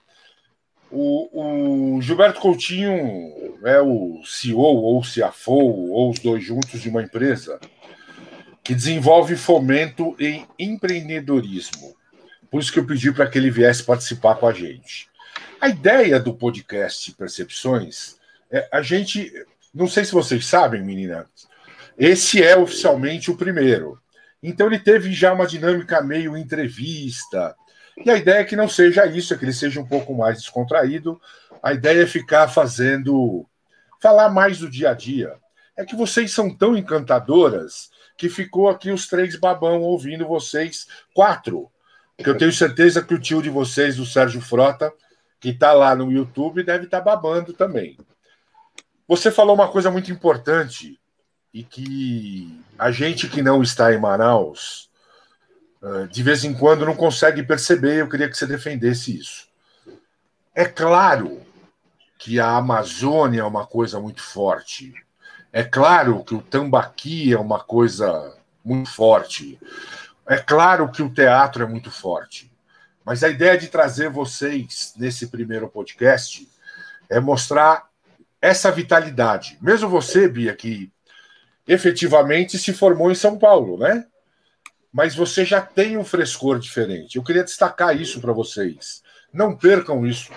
O, o Gilberto Coutinho é o C E O ou C F O, ou os dois juntos, de uma empresa que desenvolve fomento em empreendedorismo. Por isso que eu pedi para que ele viesse participar com a gente. A ideia do podcast Percepções é a gente... Não sei se vocês sabem, meninas, Esse é oficialmente o primeiro. Então ele teve já uma dinâmica meio entrevista. E a ideia é que não seja isso, é que ele seja um pouco mais descontraído. A ideia é ficar fazendo... falar mais do dia a dia. É que vocês são tão encantadoras que ficou aqui os três babão ouvindo vocês, quatro. Porque eu tenho certeza que o tio de vocês, o Sérgio Frota, que está lá no YouTube, deve estar tá babando também. Você falou uma coisa muito importante e que a gente que não está em Manaus, de vez em quando não consegue perceber. Eu queria que você defendesse isso. É claro que a Amazônia é uma coisa muito forte. É claro que o tambaqui é uma coisa muito forte. É claro que o teatro é muito forte. Mas a ideia de trazer vocês nesse primeiro podcast é mostrar essa vitalidade. Mesmo você, Bia, que efetivamente se formou em São Paulo, né? Mas você já tem um frescor diferente. Eu queria destacar isso para vocês. Não percam isso.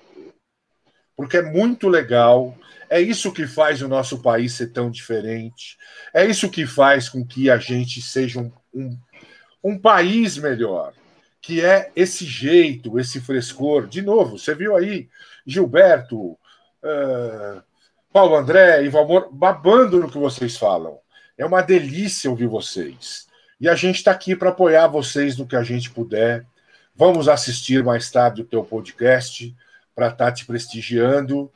Porque é muito legal, é isso que faz o nosso país ser tão diferente, é isso que faz com que a gente seja um, um, um país melhor, que é esse jeito, esse frescor. De novo, você viu aí Gilberto, uh, Paulo André e Valmor babando no que vocês falam. É uma delícia ouvir vocês. E a gente está aqui para apoiar vocês no que a gente puder. Vamos assistir mais tarde o teu podcast para estar te prestigiando.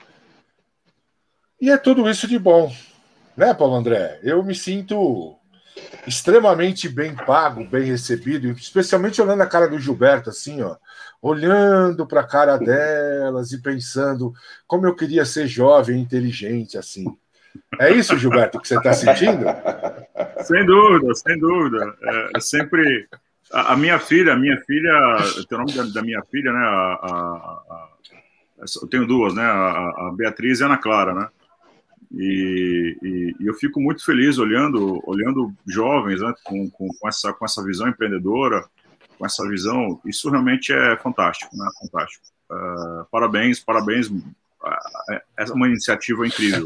E é tudo isso de bom. Né, Paulo André? Eu me sinto extremamente bem pago, bem recebido, especialmente olhando a cara do Gilberto, assim, ó, olhando para a cara delas e pensando como eu queria ser jovem e inteligente, assim. É isso, Gilberto, que você está sentindo? Sem dúvida, sem dúvida. É, é sempre... A, a minha filha, a minha filha, tem o nome da, da minha filha, né, a, a, a... eu tenho duas, né, a, a Beatriz e a Ana Clara, né, e, e, e eu fico muito feliz olhando, olhando jovens, né, com, com, com, essa, com essa visão empreendedora, com essa visão. Isso realmente é fantástico, né, fantástico. Uh, parabéns, parabéns, uh, essa é uma iniciativa incrível.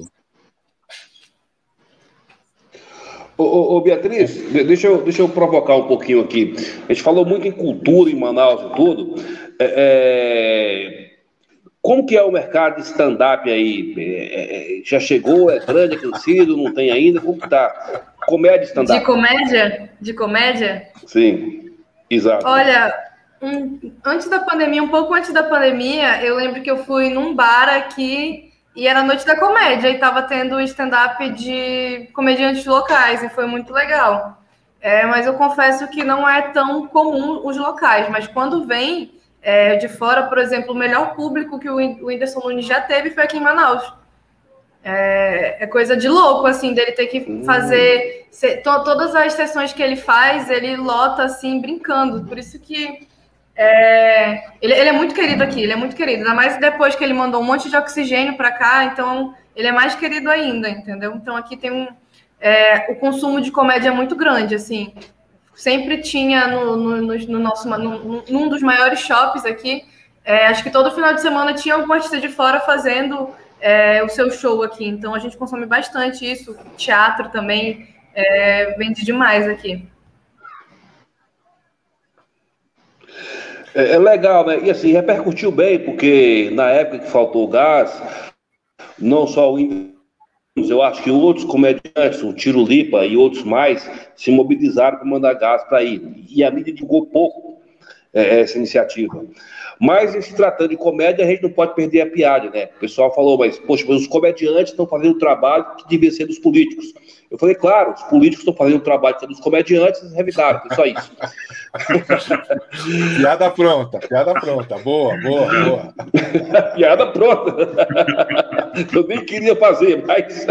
Ô, ô, ô, Beatriz, deixa eu, deixa eu provocar um pouquinho aqui. A gente falou muito em cultura em Manaus e tudo. É, é, como que é o mercado de stand-up aí? É, é, já chegou, é grande, é crescido, não tem ainda? Como que tá? Comédia stand-up. De comédia? De comédia? Sim, exato. Olha, um, antes da pandemia, um pouco antes da pandemia, eu lembro que eu fui num bar aqui e era a Noite da Comédia, e tava tendo stand-up de comediantes locais, e foi muito legal. É, mas eu confesso que não é tão comum os locais, mas quando vem é, de fora, por exemplo, o melhor público que o Whindersson Nunes já teve foi aqui em Manaus. É, é coisa de louco, assim, dele ter que fazer... Se, to, todas as sessões que ele faz, ele lota, assim, brincando. Por isso que... É, ele, ele é muito querido aqui, ele é muito querido, ainda mais depois que ele mandou um monte de oxigênio para cá, então ele é mais querido ainda, entendeu? Então aqui tem um... É, o consumo de comédia é muito grande, assim. Sempre tinha no, no, no, no nosso... No, num dos maiores shoppings aqui, é, acho que todo final de semana tinha algum artista de fora fazendo é, o seu show aqui, então a gente consome bastante isso. Teatro também é, vende demais aqui. É legal, né? E assim, repercutiu bem, porque na época que faltou gás, não só o Whindersson, eu acho que outros comediantes, o Tiro Lipa e outros mais, se mobilizaram para mandar gás para ir. E a mídia divulgou pouco é, essa iniciativa. Mas, em se tratando de comédia, a gente não pode perder a piada, né? O pessoal falou, mas, poxa, mas os comediantes estão fazendo o trabalho que devia ser dos políticos. Eu falei, claro, os políticos estão fazendo o trabalho que é dos comediantes, eles revidaram, foi só isso. Piada pronta, piada pronta. Boa, boa, boa. Piada pronta. Eu nem queria fazer, mas...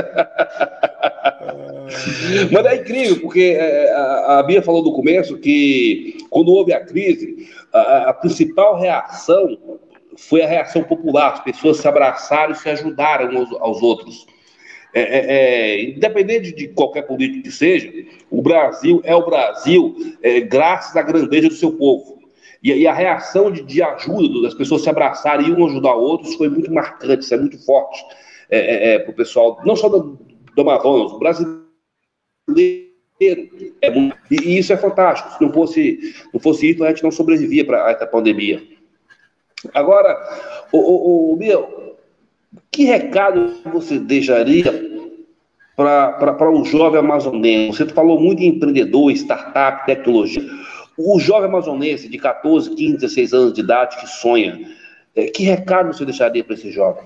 Mas é incrível, porque a Bia falou no começo que quando houve a crise, a, a principal reação foi a reação popular. As pessoas se abraçaram e se ajudaram uns aos outros. É, é, é, independente de qualquer político que seja, o Brasil é o Brasil é, graças à grandeza do seu povo. E, e a reação de, de ajuda, das pessoas se abraçarem e um ajudar outros, foi muito marcante, isso é muito forte é, é, é, para o pessoal, não só do, do Amazonas, o brasileiro brasileiro. É muito, e isso é fantástico. Se não fosse, não fosse isso, a gente não sobrevivia para essa pandemia. Agora, o, o, o meu, que recado você deixaria para o jovem amazonense? Você falou muito em empreendedor, startup, tecnologia. O jovem amazonense de catorze, quinze, dezesseis anos de idade que sonha, que recado você deixaria para esse jovem?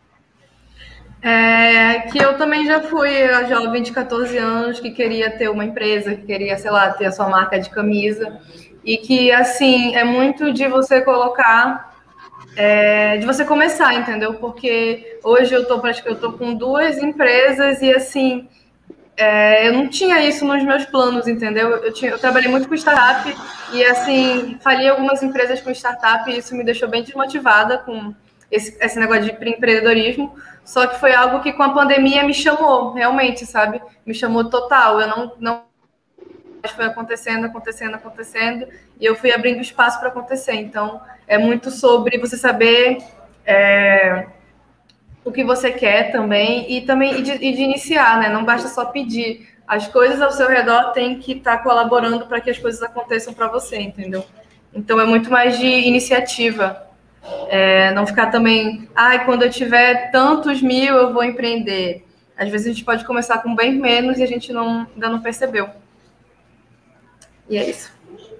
É, que eu também já fui a jovem de catorze anos que queria ter uma empresa, que queria, sei lá, ter a sua marca de camisa. E que, assim, é muito de você colocar, é, de você começar, entendeu? Porque hoje eu tô, eu tô com duas empresas e, assim, é, eu não tinha isso nos meus planos, entendeu? Eu, tinha, eu trabalhei muito com startup e, assim, falhei algumas empresas com startup e isso me deixou bem desmotivada com esse, esse negócio de empreendedorismo. Só que foi algo que com a pandemia me chamou, realmente, sabe? Me chamou total. Eu não, não foi acontecendo, acontecendo, acontecendo, e eu fui abrindo espaço para acontecer. Então, é muito sobre você saber é, o que você quer também, e também e de, e de iniciar, né? Não basta só pedir. As coisas ao seu redor têm que estar colaborando para que as coisas aconteçam para você, entendeu? Então, é muito mais de iniciativa. É, não ficar também, ai, ah, quando eu tiver tantos mil eu vou empreender. Às vezes a gente pode começar com bem menos e a gente não, ainda não percebeu. E é isso.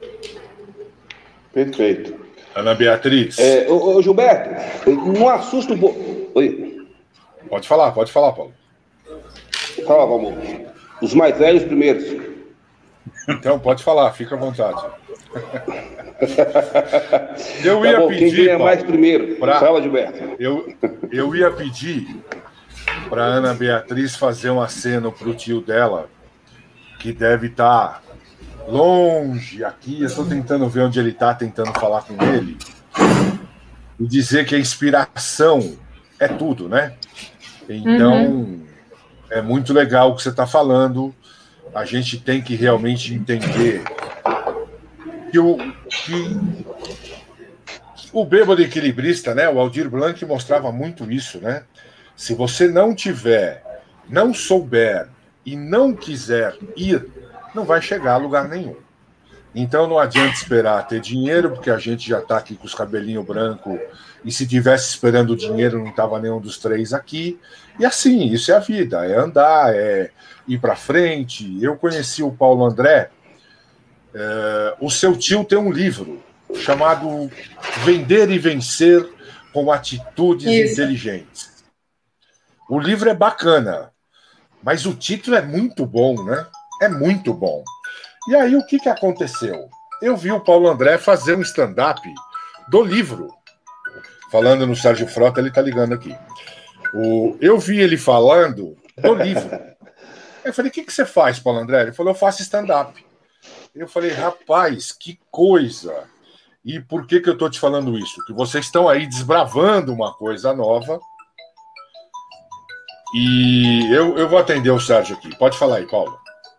Perfeito. Ana Beatriz. É, ô, ô, Gilberto, não assusta um pouco. Oi. Pode falar, pode falar, Paulo. Fala, vamos. Os mais velhos primeiros. Então, pode falar, fica à vontade. Eu tá ia bom, pedir. Quem ganha Paulo, mais primeiro? pra... Fala, Gilberto. Eu, eu ia pedir para Ana Beatriz fazer um aceno para o tio dela, que deve estar longe aqui. Eu estou tentando ver onde ele está, tentando falar com ele. E dizer que a inspiração é tudo, né? Então, uhum. É muito legal o que você está falando. A gente tem que realmente entender que o, que o bêbado equilibrista, né? O Aldir Blanc mostrava muito isso, né? Se você não tiver, não souber e não quiser ir, não vai chegar a lugar nenhum. Então não adianta esperar ter dinheiro, porque a gente já está aqui com os cabelinhos brancos, e se tivesse esperando dinheiro não estava nenhum dos três aqui. E assim, isso é a vida, é andar, é ir para frente. Eu conheci o Paulo André, é, o seu tio tem um livro chamado Vender e Vencer com Atitudes isso. Inteligentes. O livro é bacana, mas o título é muito bom, né? É muito bom. E aí, o que, que aconteceu? Eu vi o Paulo André fazer um stand-up do livro. Falando no Sérgio Frota, ele tá ligando aqui. O... Eu vi ele falando do livro. Eu falei, o que, que você faz, Paulo André? Ele falou, eu faço stand-up. Eu falei, rapaz, que coisa. E por que, que eu tô te falando isso? Que vocês estão aí desbravando uma coisa nova. E eu, eu vou atender o Sérgio aqui. Pode falar aí, Paulo.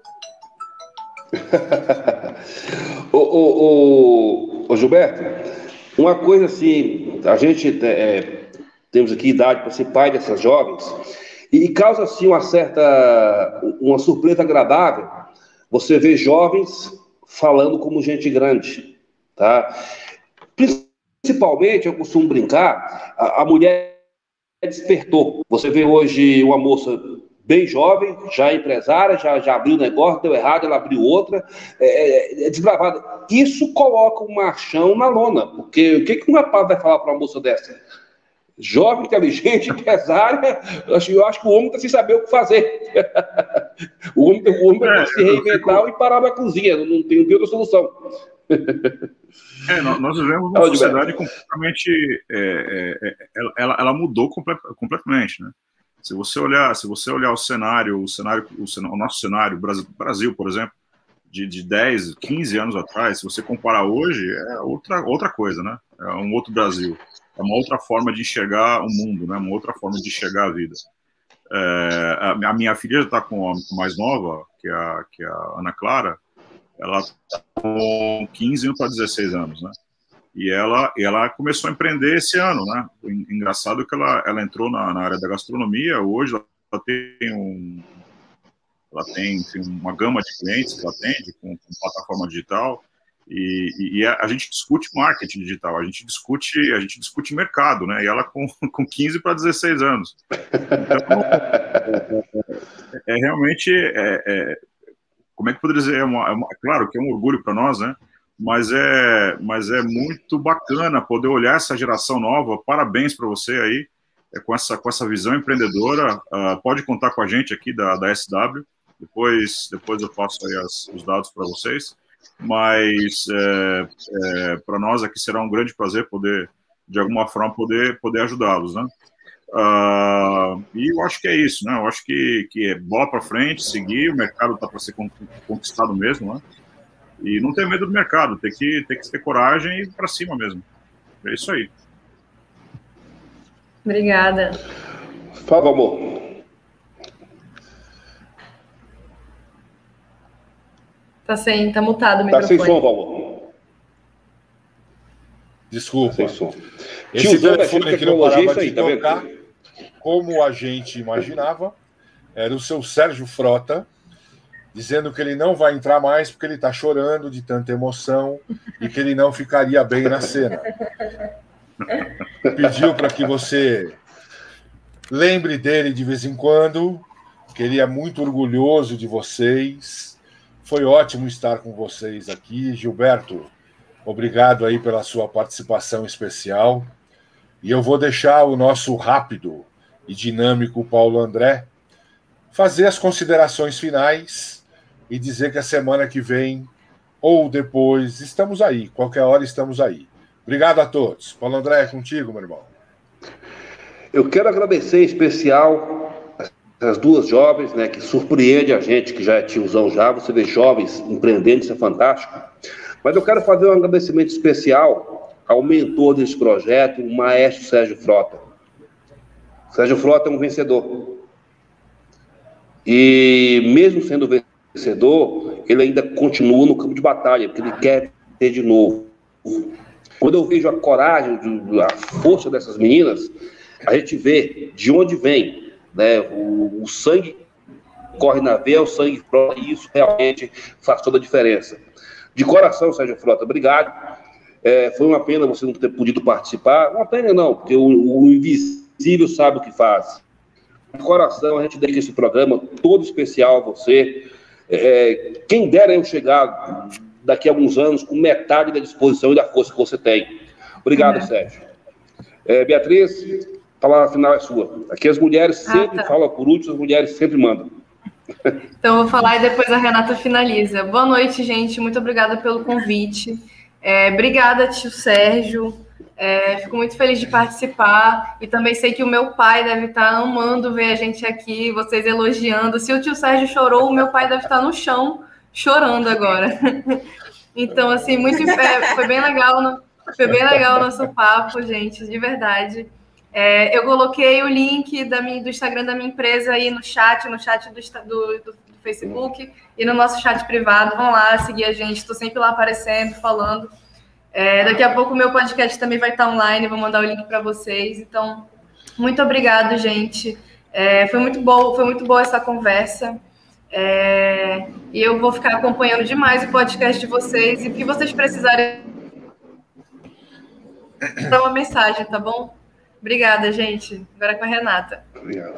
ô, ô, ô, ô, Gilberto, uma coisa assim, a gente é, temos aqui idade para ser pai dessas jovens, e, e causa assim uma certa, uma surpresa agradável, você vê jovens falando como gente grande, tá? Principalmente, eu costumo brincar, a, a mulher despertou. Você vê hoje uma moça bem jovem, já empresária, já, já abriu negócio, deu errado, ela abriu outra, é, é desbravada. Isso coloca um machão na lona, porque o que, que um rapaz vai falar para uma moça dessa? Jovem, inteligente, empresária, eu acho, eu acho que o homem está sem saber o que fazer. o homem, o homem vai é, se reinventar fico... e parar na cozinha, não tem, não tem outra solução. É, nós vivemos uma sociedade completamente... É, é, ela, ela mudou complet, completamente, né? Se você olhar, se você olhar o cenário, o cenário, o, cenário, o nosso cenário, Brasil, Brasil, por exemplo, de, de dez, quinze anos atrás, se você comparar hoje, é outra, outra coisa, né? É um outro Brasil. É uma outra forma de enxergar o mundo, né? Uma outra forma de enxergar a vida. É, a, a minha filha já está com a mais nova, que é a, que é a Ana Clara, ela está com quinze para dezesseis anos, né? E ela, ela começou a empreender esse ano, né? Engraçado que ela, ela entrou na, na área da gastronomia, hoje ela tem um, ela tem, enfim, uma gama de clientes que ela atende com, com plataforma digital, e, e a, a gente discute marketing digital, a gente discute, a gente discute mercado, né? E ela com, com quinze para dezesseis anos. Então, é, é realmente, é, é, como é que eu poderia dizer? É, uma, é uma, claro que é um orgulho para nós, né? Mas é, mas é muito bacana poder olhar essa geração nova. Parabéns para você aí, é, com, essa, com essa visão empreendedora. Uh, pode contar com a gente aqui da, da S W, depois, depois eu passo aí as, os dados para vocês. Mas é, é, para nós aqui será um grande prazer poder, de alguma forma, poder, poder ajudá-los, né? Uh, e eu acho que é isso, né? Eu acho que, que é bola para frente, seguir, o mercado está para ser conquistado mesmo, né? E não ter medo do mercado, tem que, tem que ter coragem e ir para cima mesmo. É isso aí. Obrigada. Fala, amor. Tá sem, tá mutado o Tá microfone. sem som, Valmor. Desculpa. Sem som. Esse Tiozão da telefone que não parava isso aí, de tá vendo? tocar, como a gente imaginava, era o seu Sérgio Frota, dizendo que ele não vai entrar mais porque ele está chorando de tanta emoção e que ele não ficaria bem na cena. Pediu para que você lembre dele de vez em quando, que ele é muito orgulhoso de vocês. Foi ótimo estar com vocês aqui. Gilberto, obrigado aí pela sua participação especial. E eu vou deixar o nosso rápido e dinâmico Paulo André fazer as considerações finais e dizer que a semana que vem ou depois estamos aí, qualquer hora estamos aí. Obrigado a todos. Paulo André, é contigo, meu irmão. Eu quero agradecer em especial as duas jovens, né, que surpreende a gente, que já é tiozão já, você vê jovens empreendendo, isso é fantástico. Mas eu quero fazer um agradecimento especial ao mentor desse projeto, o maestro Sérgio Frota. Sérgio Frota é um vencedor. E mesmo sendo vencedor, ele ainda continua no campo de batalha, porque ele quer ter de novo. Quando eu vejo a coragem, a força dessas meninas, a gente vê de onde vem, né? O, o sangue corre na veia, o sangue Frota, e isso realmente faz toda a diferença. De coração, Sérgio Frota, obrigado. É, foi uma pena você não ter podido participar. Uma pena não, porque o, o invisível sabe o que faz. De coração, a gente dedica esse programa todo especial a você. É, quem dera eu chegar daqui a alguns anos com metade da disposição e da força que você tem. Obrigado, uhum. Sérgio. É, Beatriz, a palavra final é sua. Aqui as mulheres sempre ah, tá. falam por último, as mulheres sempre mandam. Então, eu vou falar e depois a Renata finaliza. Boa noite, gente. Muito obrigada pelo convite. É, obrigada, tio Sérgio. É, fico muito feliz de participar. E também sei que o meu pai deve estar amando ver a gente aqui, vocês elogiando. Se o tio Sérgio chorou, o meu pai deve estar no chão chorando agora. Então, assim, muito, é, foi bem legal, foi bem legal o nosso papo, gente, de verdade. É, eu coloquei o link da minha, do Instagram da minha empresa aí no chat, no chat do, do, do Facebook e no nosso chat privado. Vão lá seguir a gente, estou sempre lá aparecendo, falando. É, daqui a pouco o meu podcast também vai estar online, vou mandar o link para vocês. Então, muito obrigado, gente. É, foi muito bom, foi muito boa essa conversa. É, e eu vou ficar acompanhando demais o podcast de vocês. E o que vocês precisarem, dá uma mensagem, tá bom? Obrigada, gente. Agora é com a Renata. Obrigado.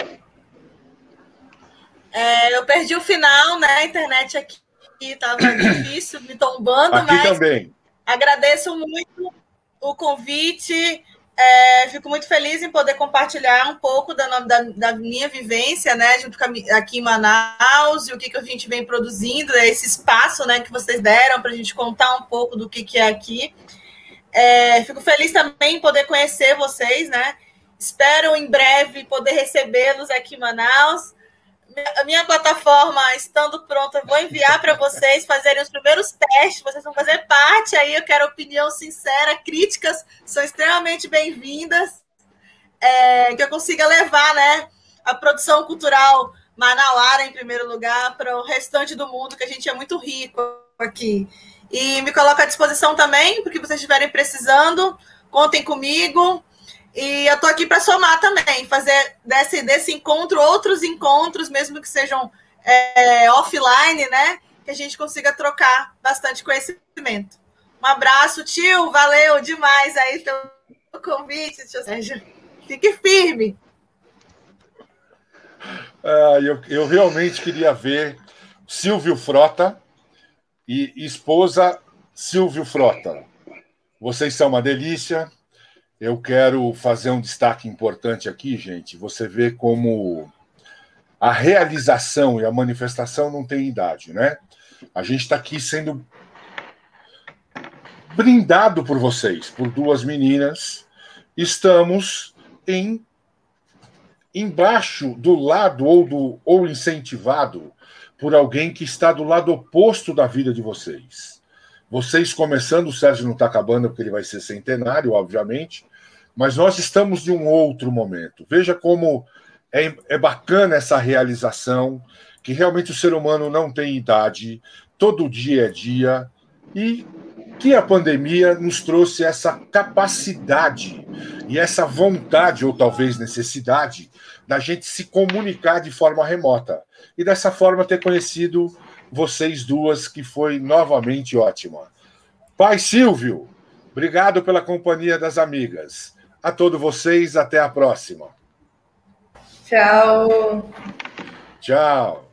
É, eu perdi o final, né? A internet aqui estava difícil, me tombando, aqui mas também. Agradeço muito o convite. É, fico muito feliz em poder compartilhar um pouco da, da, da minha vivência, né, junto com a, aqui em Manaus, e o que, que a gente vem produzindo, esse espaço, né, que vocês deram para a gente contar um pouco do que, que é aqui. É, fico feliz também em poder conhecer vocês, né? Espero em breve poder recebê-los aqui em Manaus. A minha plataforma, estando pronta, eu vou enviar para vocês fazerem os primeiros testes, vocês vão fazer parte aí, eu quero opinião sincera, críticas são extremamente bem-vindas, é, que eu consiga levar, né, a produção cultural manauara, em primeiro lugar, para o restante do mundo, que a gente é muito rico aqui. E me coloco à disposição também, porque vocês estiverem precisando, contem comigo. E eu estou aqui para somar também, fazer desse, desse encontro outros encontros, mesmo que sejam é, offline, né? Que a gente consiga trocar bastante conhecimento. Um abraço, tio. Valeu demais aí pelo convite, tio Sérgio. Fique firme. Ah, eu, eu realmente queria ver Silvio Frota e esposa Silvio Frota. Vocês são uma delícia. Eu quero fazer um destaque importante aqui, gente. Você vê como a realização e a manifestação não tem idade, né? A gente está aqui sendo brindado por vocês, por duas meninas. Estamos em embaixo do lado ou, do, ou incentivado por alguém que está do lado oposto da vida de vocês. Vocês começando, o Sérgio não está acabando porque ele vai ser centenário, obviamente, mas nós estamos de um outro momento. Veja como é, é bacana essa realização, que realmente o ser humano não tem idade, todo dia é dia, e que a pandemia nos trouxe essa capacidade e essa vontade, ou talvez necessidade, da gente se comunicar de forma remota. E dessa forma ter conhecido vocês duas, que foi novamente ótima. Pai Silvio, obrigado pela companhia das amigas. A todos vocês, até a próxima. Tchau. Tchau.